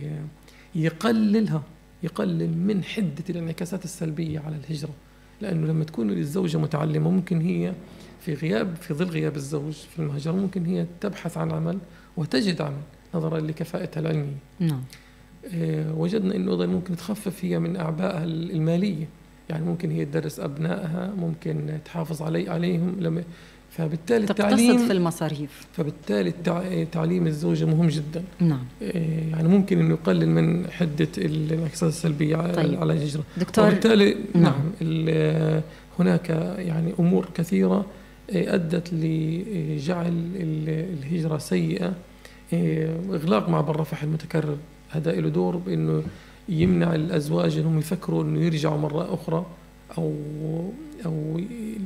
يقلل من حدة الانعكاسات السلبية على الهجرة، لأنه لما تكون الزوجة متعلمة ممكن هي في ظل غياب الزوج في المهجر ممكن هي تبحث عن عمل وتجد عمل نظرا لكفاءتها العلمية. نعم. وجدنا أنه أيضا ممكن تخفف هي من أعبائها المالية، يعني ممكن هي تدرس أبنائها، ممكن تحافظ عليهم فبالتالي تقتصد في المصاريف. فبالتالي تعليم الزوجة مهم جدا. نعم. يعني ممكن انه يقلل من حدة الانعكاسات السلبية على الهجرة. دكتور. وبالتالي نعم هناك يعني امور كثيرة ادت لجعل الهجرة سيئة. اغلاق معبر رفح المتكرر هذا له دور بانه يمنع الازواج انهم يفكروا انه يرجعوا مرة اخرى او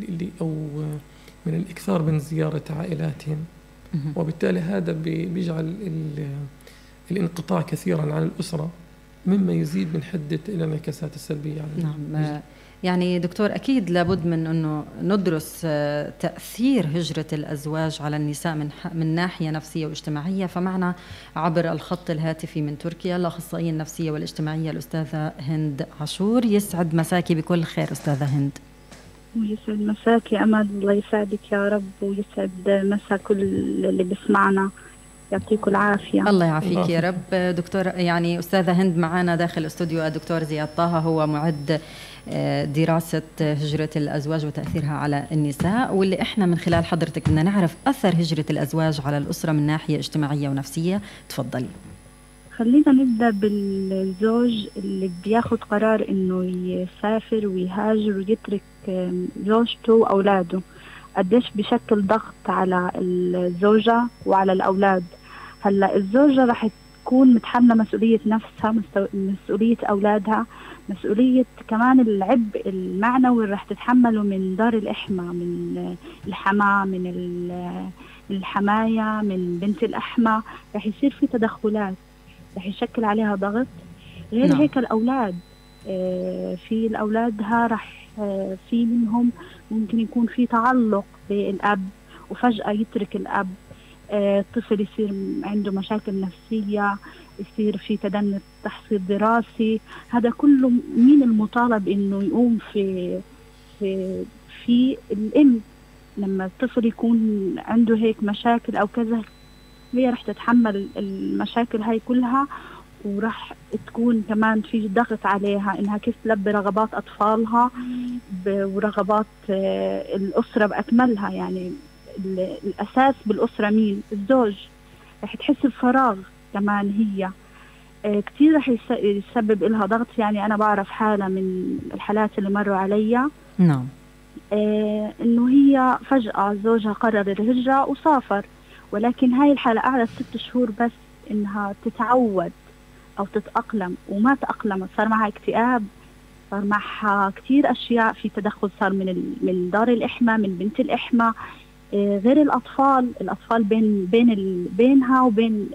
من الإكثار من زيارة عائلاتهم، وبالتالي هذا بيجعل الانقطاع كثيرا عن الأسرة، مما يزيد من حدة الانعكاسات السلبية. نعم. يعني دكتور أكيد لابد من أنه ندرس تأثير هجرة الأزواج على النساء من ناحية نفسية واجتماعية. فمعنا عبر الخط الهاتفي من تركيا الأخصائية النفسية والاجتماعية الأستاذة هند عاشور. يسعد مساكي بكل خير أستاذة هند. ويسعد مساك يا أمل، الله يسعدك يا رب، ويسعد مسا كل اللي بسمعنا، يعطيكم العافية. الله يعافيك يا رب. دكتور يعني أستاذة هند معنا داخل استوديو الدكتور زياد طه، هو معد دراسة هجرة الأزواج وتأثيرها على النساء، واللي إحنا من خلال حضرتك بدنا نعرف أثر هجرة الأزواج على الأسرة من ناحية اجتماعية ونفسية. تفضلي. خلينا نبدأ بالزوج اللي بياخد قرار إنه يسافر ويهاجر ويترك زوجته وأولاده، قديش بشكل ضغط على الزوجة وعلى الأولاد. هلأ الزوجة رح تكون متحملة مسؤولية نفسها، مسؤولية أولادها، مسؤولية كمان العبء المعنوي اللي رح تتحمله من دار الإحمى، من الحماة، من الحماية، من بنت الأحمى. رح يصير في تدخلات رح يشكل عليها ضغط. غير هيك الأولاد، في الأولادها رح في منهم ممكن يكون في تعلق بالأب وفجأة يترك الأب. الطفل يصير عنده مشاكل نفسية، يصير في تدني تحصيل دراسي. هذا كله مين المطالب إنه يقوم في الأم. لما الطفل يكون عنده هيك مشاكل أو كذا، هي رح تتحمل المشاكل هاي كلها، ورح تكون كمان في ضغط عليها إنها كيف تلبي رغبات أطفالها ورغبات الأسرة بأكملها. يعني الأساس بالأسرة مين؟ الزوج. رح تحس بفراغ كمان هي. كتير رح يسبب لها ضغط. يعني أنا بعرف حالة من الحالات اللي مروا عليا. نعم. إنه هي فجأة زوجها قرر الهجرة وسافر، ولكن هاي الحالة قعدت 6 شهور بس إنها تتعود أو تتأقلم، وما تأقلمت. صار معها اكتئاب، صار معها كتير أشياء، في تدخل صار من دار الإحمى، من بنت الإحمى. غير الأطفال بينها وبين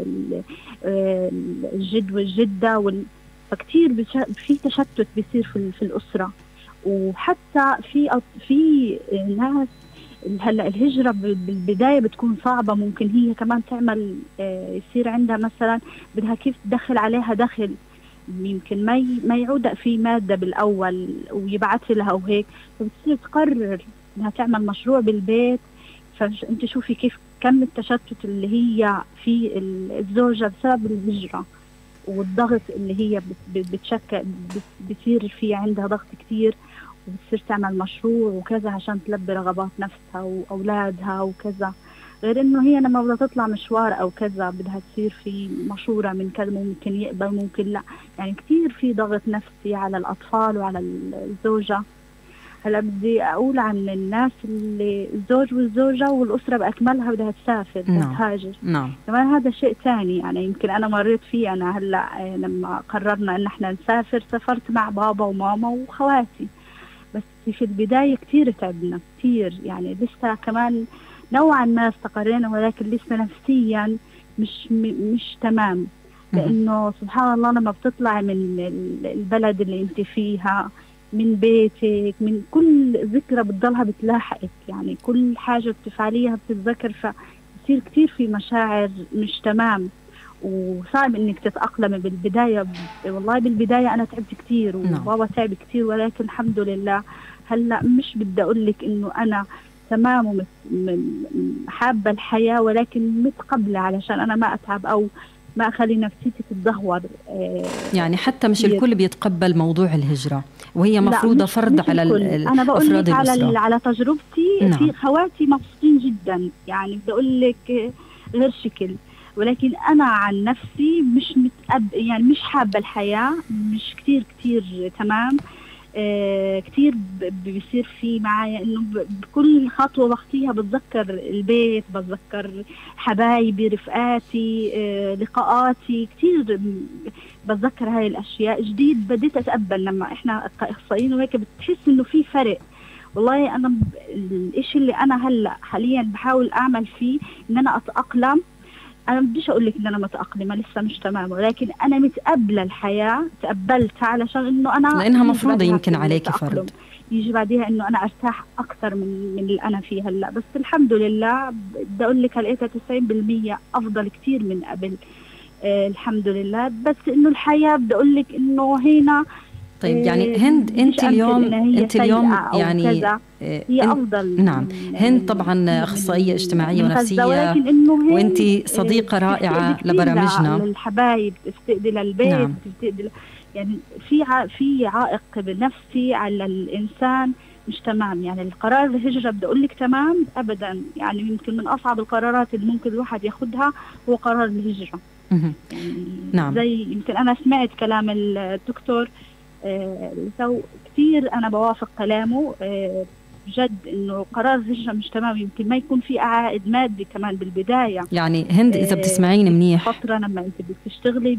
الجد والجدة فكتير في تشتت بيصير في الأسرة. وحتى في ناس هلا الهجرة بالبداية بتكون صعبة. ممكن هي كمان تعمل يصير عندها مثلا بدها كيف تدخل عليها دخل، يمكن ما يعود في مادة بالأول ويبعث لها وهيك، فبتصير تقرر انها تعمل مشروع بالبيت. فانت شوفي كيف كم التشتت اللي هي في الزوجة بسبب الهجرة والضغط اللي هي بتشكل، بتصير في عندها ضغط كتير، وبتصير تعمل مشروع وكذا عشان تلبي رغبات نفسها وأولادها وكذا. غير إنه هي لما بدها تطلع مشوار أو كذا بدها تصير في مشورة من كذا، ممكن يقبل ممكن لا. يعني كتير في ضغط نفسي على الأطفال وعلى الزوجة. هلا بدي أقول عن الناس اللي الزوج والزوجة والأسرة بأكملها بدها تسافر، بدها تهاجر. نعم. كمان هذا شيء ثاني. يعني يمكن أنا مريت فيه. أنا هلا لما قررنا إن إحنا نسافر سافرت مع بابا وماما وخواتي، بس في البداية كتير تعبنا كتير. يعني لسه كمان نوعا ما استقرينا، ولكن لسه نفسيا مش تمام. لأنه سبحان الله لما بتطلع من البلد اللي أنت فيها، من بيتك، من كل ذكرى بتضلها بتلاحقك، يعني كل حاجة بتفعليها بتتذكر، فبصير كتير في مشاعر مش تمام، وصعب انك تتأقلم بالبداية. والله بالبداية انا تعبت كتير وبابا تعب كتير، ولكن الحمد لله هلا مش بدي اقول لك انه انا تمام حابة الحياة، ولكن متقبلة علشان انا ما اتعب او ما اخلي نفسيتي تتدهور. يعني حتى مش الكل بيتقبل موضوع الهجرة، وهي مفروضة فرض على أنا بقول لك على تجربتي. في خواتي مبسوطين جدا، يعني بدي أقول لك غير شكل، ولكن أنا عن نفسي مش يعني مش حابة الحياة، مش كتير تمام. كتير بيصير في معايا إنه بكل خطوة بخطيها بتذكر البيت، بتذكر حبايبي، رفقاتي، لقاءاتي، كتير بتذكر هاي الأشياء. جديد بديت أتقبل لما إحنا كأخصائيين وهيك بتحس إنه في فرق. والله أنا الإشي اللي أنا هلأ حاليا بحاول أعمل فيه إن أنا أتأقلم. أنا بديش أقول لك إن أنا متأقلمة، لسه مش تمام، ولكن أنا متقبلة الحياة، تقبلتها علشان إنه أنا لأنها مفروضة يمكن عليك فرض، يجي بعدها إنه أنا أرتاح أكثر من اللي أنا فيه هلا. بس الحمد لله بدي أقول لك هلقيتها 90% أفضل كتير من قبل. الحمد لله. بس إنه الحياة بدي أقول لك إنه هنا. طيب يعني هند، أنت اليوم يعني هي أفضل. نعم، هند طبعا أخصائية اجتماعية ونفسية، وأنت صديقة رائعة لبرامجنا. للحبايب تفتقدي للبيت. نعم. تفتقدي يعني في عائق نفسي على الإنسان مش تمام. يعني القرار الهجرة بدي أقول لك تمام أبدا، يعني يمكن من أصعب القرارات اللي ممكن الواحد ياخدها هو قرار الهجرة. يعني نعم. زي يمكن أنا سمعت كلام الدكتور كثير أنا بوافق كلامه بجد، إنه قرار الهجرة مش تمام. يمكن ما يكون في عائد مادي كمان بالبداية. يعني هند إذا بتسمعين منيح، فترة لما أنت بدك تشتغلي،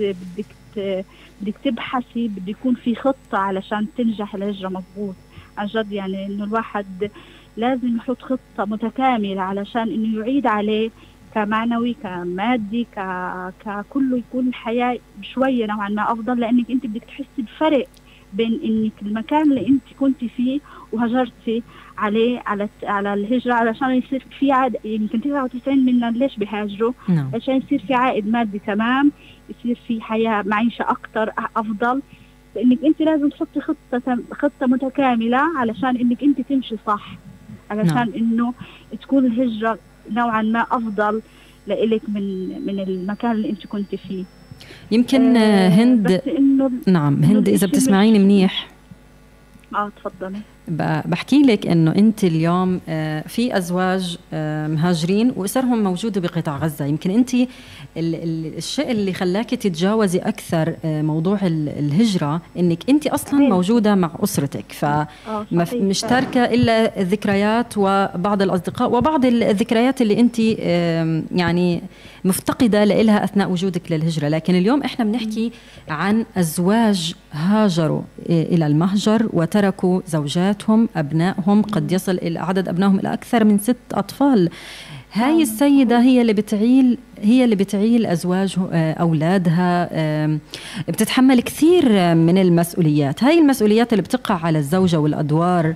بدك تبحثي، بده يكون في خطة علشان تنجح الهجرة مضبوط عن جد. يعني إنه الواحد لازم يحط خطة متكاملة علشان إنه يعيد عليه كمعنوي كمادي ككله، يكون الحياة شوية نوعا ما أفضل، لأنك أنت بدك تحسي بفرق بين إنك المكان اللي أنت كنت فيه وهجرتي عليه على الهجرة علشان يصير في عائد. يمكن 99 منا ليش بيهاجروا؟ عشان يصير في عائد مادي تمام، يصير في حياة معيشة أكتر أفضل. لأنك أنت لازم تحطي خطة متكاملة علشان إنك أنت تمشي صح، علشان إنه تكون الهجرة نوعا ما أفضل لإلك من المكان اللي أنت كنت فيه. يمكن هند، نعم هند إذا بتسمعيني منيح. تفضلي. بحكي لك إنه أنت اليوم في أزواج مهاجرين وأسرهم موجودة بقطاع غزة. يمكن أنت الشيء اللي خلاك تتجاوزي أكثر موضوع الهجرة إنك أنت أصلا موجودة مع أسرتك، فمش تاركة إلا الذكريات وبعض الأصدقاء وبعض الذكريات اللي أنت يعني مفتقدة لإلها أثناء وجودك للهجرة. لكن اليوم إحنا بنحكي عن أزواج هاجروا إلى المهجر وتركوا زوجاتهم، أبنائهم، قد يصل إلى عدد أبنائهم إلى أكثر من 6 أطفال. هاي السيدة هي اللي بتعيل أزواج أولادها، بتتحمل كثير من المسؤوليات. هاي المسؤوليات اللي بتقع على الزوجة والأدوار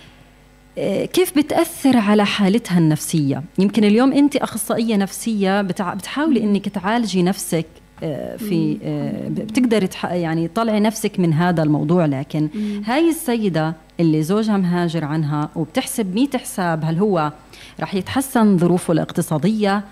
كيف بتأثر على حالتها النفسية؟ يمكن اليوم أنت أخصائية نفسية بتحاولي أنك تعالجي نفسك في بتقدري يعني طلعي نفسك من هذا الموضوع. لكن هاي السيدة اللي زوجها مهاجر عنها وبتحسب 100 حساب، هل هو رح يتحسن ظروفه الاقتصادية؟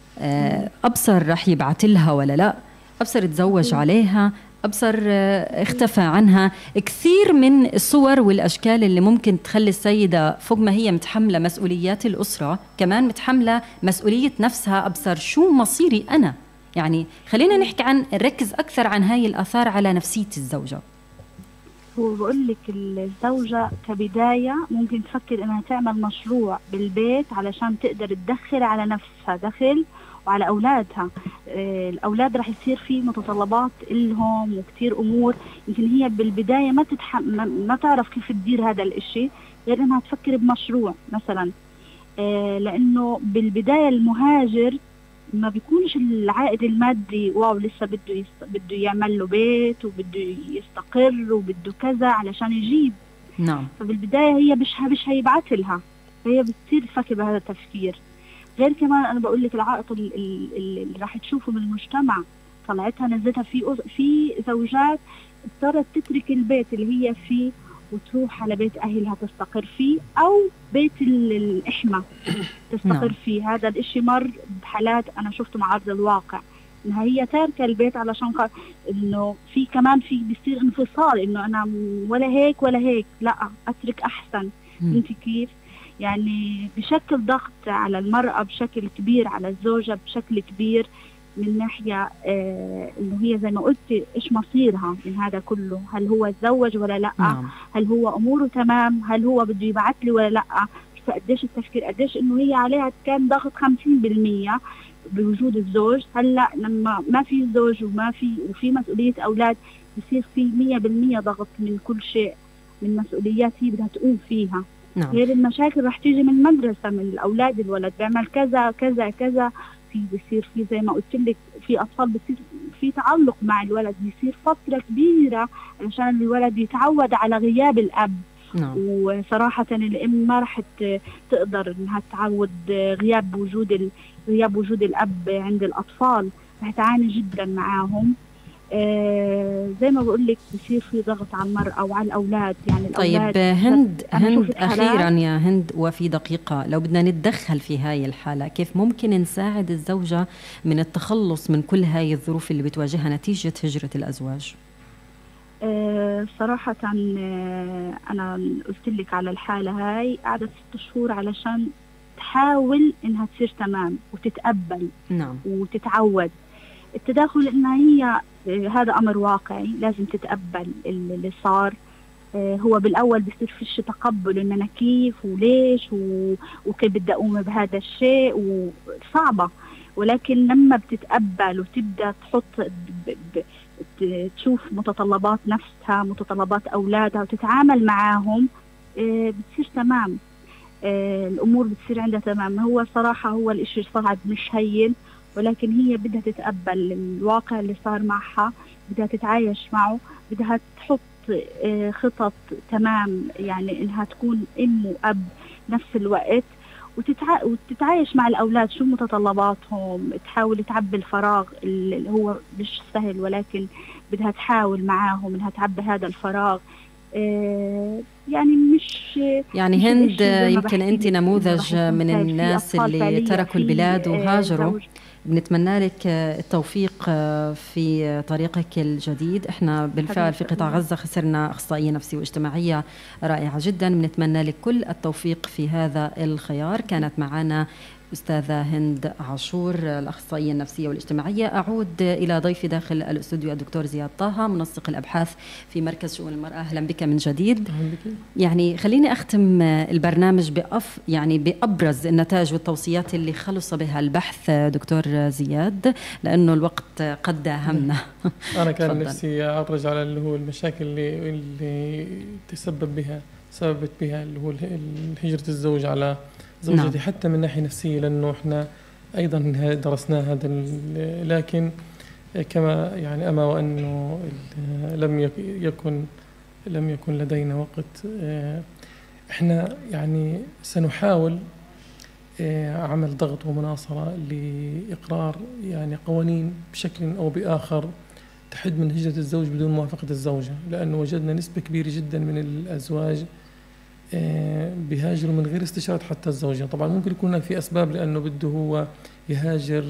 أبصر رح يبعت لها ولا لا؟ أبصر يتزوج عليها؟ أبصر اختفى عنها؟ كثير من الصور والأشكال اللي ممكن تخلي السيدة فوق ما هي متحملة مسؤوليات الأسرة كمان متحملة مسؤولية نفسها. أبصر شو مصيري أنا؟ يعني خلينا نحكي نركز أكثر عن هاي الآثار على نفسية الزوجة. وبقول لك الزوجة كبداية ممكن تفكر إنها تعمل مشروع بالبيت علشان تقدر تدخل على نفسها دخل وعلى أولادها. الأولاد رح يصير في متطلبات إلهم وكتير أمور يمكن هي بالبداية ما تعرف كيف تدير هذا الإشي غير إنها تفكر بمشروع مثلا. لأنه بالبداية المهاجر ما بيكونش العائد المادي واو لسه بده يعمل له بيت وبده يستقر وبده كذا علشان يجيب. نعم. فبالبداية هي مش هيبعث لها، فهي بتصير تفكر بهذا التفكير. غير كمان أنا بقول لك العائق اللي راح تشوفه من المجتمع طلعتها نزلتها في زوجات اضطرت تترك البيت اللي هي فيه وتروح على بيت أهلها تستقر فيه، أو بيت الإحمى تستقر فيه. هذا الإشي مر بحالات أنا شفته مع أرض الواقع، إنها هي تاركة البيت علشان إنه في كمان في بيصير انفصال، إنه أنا ولا هيك ولا هيك، لا أترك أحسن. أنت كيف؟ يعني بشكل ضغط على المرأة بشكل كبير، على الزوجة بشكل كبير، من ناحية إنه هي زي ما قلت إيش مصيرها من هذا كله، هل هو يتزوج ولا لأ؟ هل هو أموره تمام؟ هل هو بده يبعث لي ولا لأ؟ فقديش التفكير، قديش إنه هي عليها كان ضغط 50% بوجود الزوج. هلا لما ما في زوج وفي مسؤولية أولاد بصير في 100% ضغط من كل شيء، من مسؤوليات هي بدها تقوم فيها. غير المشاكل رح تيجي من المدرسة، من الأولاد، الولد بيعمل كذا كذا كذا، بيصير في زي ما قلت لك في أطفال بيصير في تعلق مع الولد، بيصير فترة كبيرة علشان الولد يتعود على غياب الأب. وصراحة الأم ما رح تقدر إنها تعود غياب وجود الأب عند الأطفال، رح تعاني جدا معاهم. زي ما بقول لك بصير في ضغط على المرأة وعلى الأولاد. يعني طيب هند أخيرا يا هند وفي دقيقة، لو بدنا نتدخل في هاي الحالة كيف ممكن نساعد الزوجة من التخلص من كل هاي الظروف اللي بتواجهها نتيجة هجرة الأزواج؟ صراحة أنا قلت لك على الحالة هاي قعدت 6 شهور علشان تحاول إنها تصير تمام وتتقبل. نعم. وتتعود. التداخل إنها هي هذا أمر واقعي، لازم تتقبل اللي صار. هو بالأول بيصير فيش تقبل إن أنا كيف وليش وكيف بدي أقوم بهذا الشيء وصعبة، ولكن لما بتتقبل وتبدأ تحط تشوف متطلبات نفسها، متطلبات أولادها، وتتعامل معاهم، بتصير تمام. الأمور بتصير عندها تمام. هو صراحة هو الإشي صعب مش هين، ولكن هي بدها تتقبل الواقع اللي صار معها، بدها تتعايش معه، بدها تحط خطط تمام، يعني إنها تكون أم وأب نفس الوقت، وتتعايش مع الأولاد شو متطلباتهم، تحاول تعبي الفراغ اللي هو مش سهل، ولكن بدها تحاول معاهم إنها تعبي هذا الفراغ. يعني مش هند يمكن أنت نموذج من الناس اللي تركوا البلاد وهاجروا. بنتمنى لك التوفيق في طريقك الجديد. احنا بالفعل في قطاع غزة خسرنا أخصائية نفسية واجتماعية رائعة جدا، بنتمنى لك كل التوفيق في هذا الخيار. كانت معنا أستاذة هند عاشور الأخصائية النفسية والاجتماعية. أعود إلى ضيفي داخل الاستوديو الدكتور زياد طه منسق الأبحاث في مركز شؤون المرأة. أهلا بك من جديد. يعني خليني أختم البرنامج بأبرز النتائج والتوصيات اللي خلص بها البحث دكتور زياد، لأنه الوقت قد داهمنا. أنا كان نفسي أعرج على اللي هو المشاكل اللي سببت بها اللي هو هجرة الزوج على زوجتي. نعم. حتى من ناحية نفسية، لأنه إحنا أيضا درسنا هذا، لكن كما يعني أما وأنه لم يكن لدينا وقت، إحنا يعني سنحاول عمل ضغط ومناصرة لإقرار يعني قوانين بشكل أو بآخر تحد من هجرة الزوج بدون موافقة الزوجة، لأنه وجدنا نسبة كبيرة جدا من الأزواج بيهاجروا من غير استشارة حتى الزوجة. طبعا ممكن يكون في أسباب، لأنه بده هو يهاجر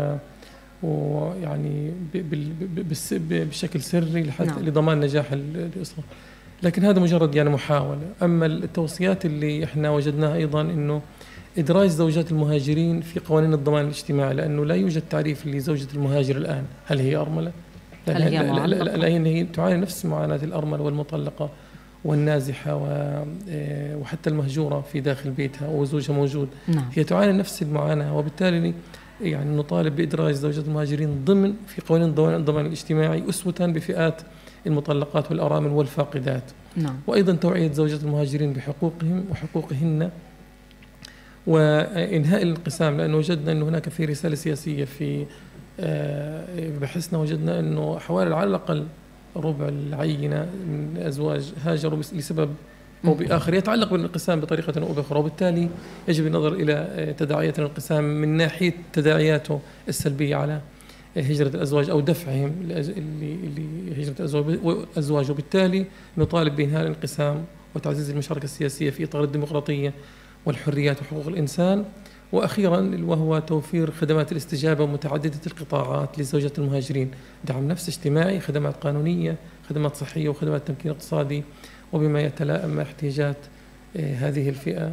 ويعني بشكل سري حتى لضمان نجاح الأسرة، لكن هذا مجرد يعني محاولة. أما التوصيات اللي احنا وجدناها أيضا إنه إدراج زوجات المهاجرين في قوانين الضمان الاجتماعي، لأنه لا يوجد تعريف لزوجة المهاجر الآن. هل هي أرملة؟ لا هي تعاني نفس معاناة الأرملة والمطلقة والنازحة وحتى المهجورة في داخل بيتها وزوجها موجود. نعم. هي تعاني نفس المعاناة، وبالتالي يعني نطالب بإدراج زوجات المهاجرين ضمن في قوانين الضمان الاجتماعي، أسوة بفئات المطلقات والأرامل والفاقدات. نعم. وأيضا توعية زوجات المهاجرين بحقوقهم وحقوقهن، وإنهاء الانقسام، لأنه وجدنا أنه هناك في رسالة سياسية في بحثنا، وجدنا أنه حوالي على الأقل ربع العينة من أزواج هاجروا لسبب أو بآخر يتعلق بالانقسام بطريقة أو بأخرى، وبالتالي يجب النظر إلى تداعيات الانقسام من ناحية تداعياته السلبية على هجرة الأزواج أو دفعهم لهجرة الأزواج، وبالتالي نطالب بإنهاء الانقسام وتعزيز المشاركة السياسية في إطار الديمقراطية والحريات وحقوق الإنسان. وأخيرا وهو توفير خدمات الاستجابة متعددة القطاعات لزوجات المهاجرين، دعم نفسي اجتماعي، خدمات قانونية، خدمات صحية، وخدمات تمكين اقتصادي، وبما يتلائم مع احتياجات هذه الفئة.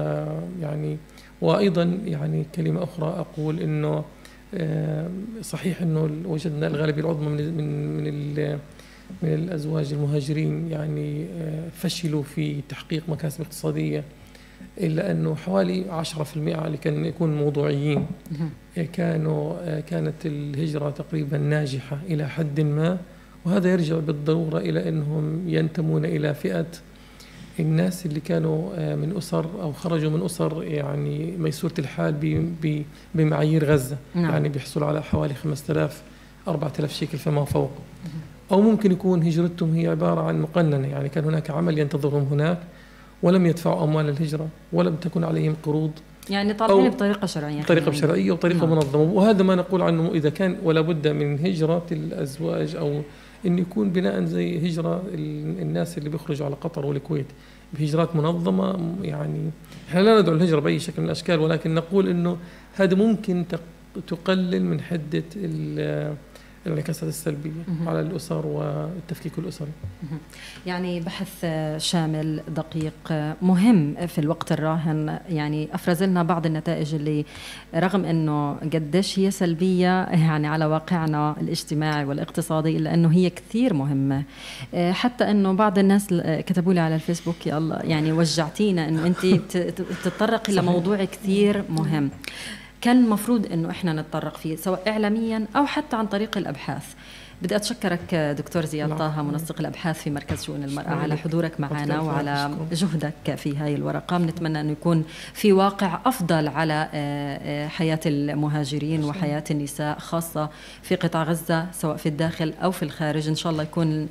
وأيضا يعني كلمة أخرى أقول إنه صحيح إنه وجدنا الغالبية العظمى من الأزواج المهاجرين يعني فشلوا في تحقيق مكاسب اقتصادية، إلا أنه حوالي 10% لكي يكون موضوعيين كانت الهجرة تقريبا ناجحة إلى حد ما. وهذا يرجع بالضرورة إلى أنهم ينتمون إلى فئة الناس اللي كانوا من أسر أو خرجوا من أسر يعني ميسورة الحال بمعايير غزة. نعم. يعني بيحصلوا على حوالي 5000-4000 شيكل فما فوق، أو ممكن يكون هجرتهم هي عبارة عن مقننة، يعني كان هناك عمل ينتظرهم هناك ولم يدفعوا أموال الهجرة ولم تكن عليهم قروض، يعني طالعين بطريقة شرعية، بطريقة شرعية وطريقة منظمة. وهذا ما نقول عنه إذا كان ولا بد من هجرة الأزواج أو إن يكون بناء زي هجرة الناس اللي بيخرجوا على قطر والكويت بهجرات منظمة. يعني إحنا لا ندعو الهجرة بأي شكل من الأشكال، ولكن نقول إنه هذا ممكن تقلل من حدة الانعكاسات السلبية على الأسر والتفكيك الأسري. يعني بحث شامل دقيق مهم في الوقت الراهن، يعني أفرز لنا بعض النتائج اللي رغم أنه قديش هي سلبية يعني على واقعنا الاجتماعي والاقتصادي، إلا أنه هي كثير مهمة. حتى أنه بعض الناس كتبوا لي على الفيسبوك يا الله يعني وجعتينا أنه أنت تتطرقي لموضوع كثير مهم كان مفروض أنه إحنا نتطرق فيه سواء إعلاميا أو حتى عن طريق الأبحاث. بدي أتشكرك دكتور زياد طه منسق الأبحاث في مركز شؤون المرأة على حضورك معنا وعلى جهدك في هاي الورقة. بنتمنى أنه يكون في واقع أفضل على حياة المهاجرين وحياة النساء خاصة في قطاع غزة سواء في الداخل أو في الخارج. إن شاء الله يكون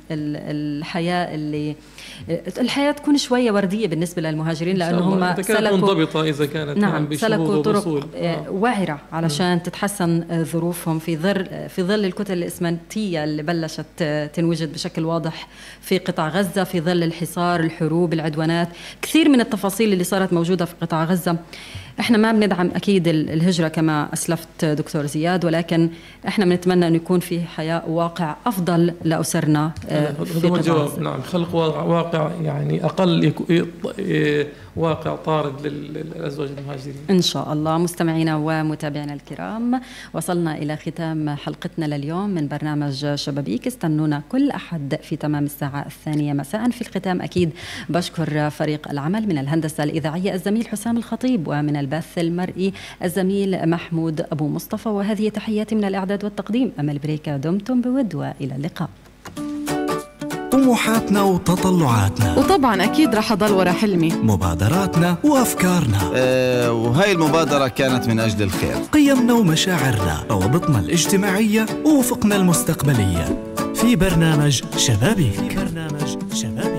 الحياة تكون شوية وردية بالنسبة للمهاجرين، لأنه هم سلكوا منضبطة إذا كانت نعم سلكوا طرق وعرة علشان تتحسن ظروفهم في ظل الكتل الإسمنتية اللي بلشت تنوجد بشكل واضح في قطاع غزة في ظل الحصار، الحروب، العدوانات، كثير من التفاصيل اللي صارت موجودة في قطاع غزة. احنا ما بندعم اكيد الهجرة كما اسلفت دكتور زياد، ولكن احنا بنتمنى انه يكون في حياة واقع افضل لاسرنا في قطاع غزة. نعم، خلق واقع يعني اقل واقع طارد للازواج المهاجرين ان شاء الله. مستمعينا ومتابعينا الكرام، وصلنا الى ختام حلقتنا لليوم من برنامج شبابيك. استنونا كل احد في تمام الساعة 2 مساء. في الختام اكيد بشكر فريق العمل من الهندسة الإذاعية الزميل حسام الخطيب، ومن البث المرئي الزميل محمود أبو مصطفى، وهذه تحياتي من الإعداد والتقديم. أمل بريكا، دمتم بود وإلى اللقاء. طموحاتنا وتطلعاتنا، وطبعا أكيد رح أضل ورا حلمي، مبادراتنا وأفكارنا، وهاي المبادرة كانت من أجل الخير، قيمنا ومشاعرنا، روابطنا الاجتماعية وأفقنا المستقبلية، في برنامج شبابيك.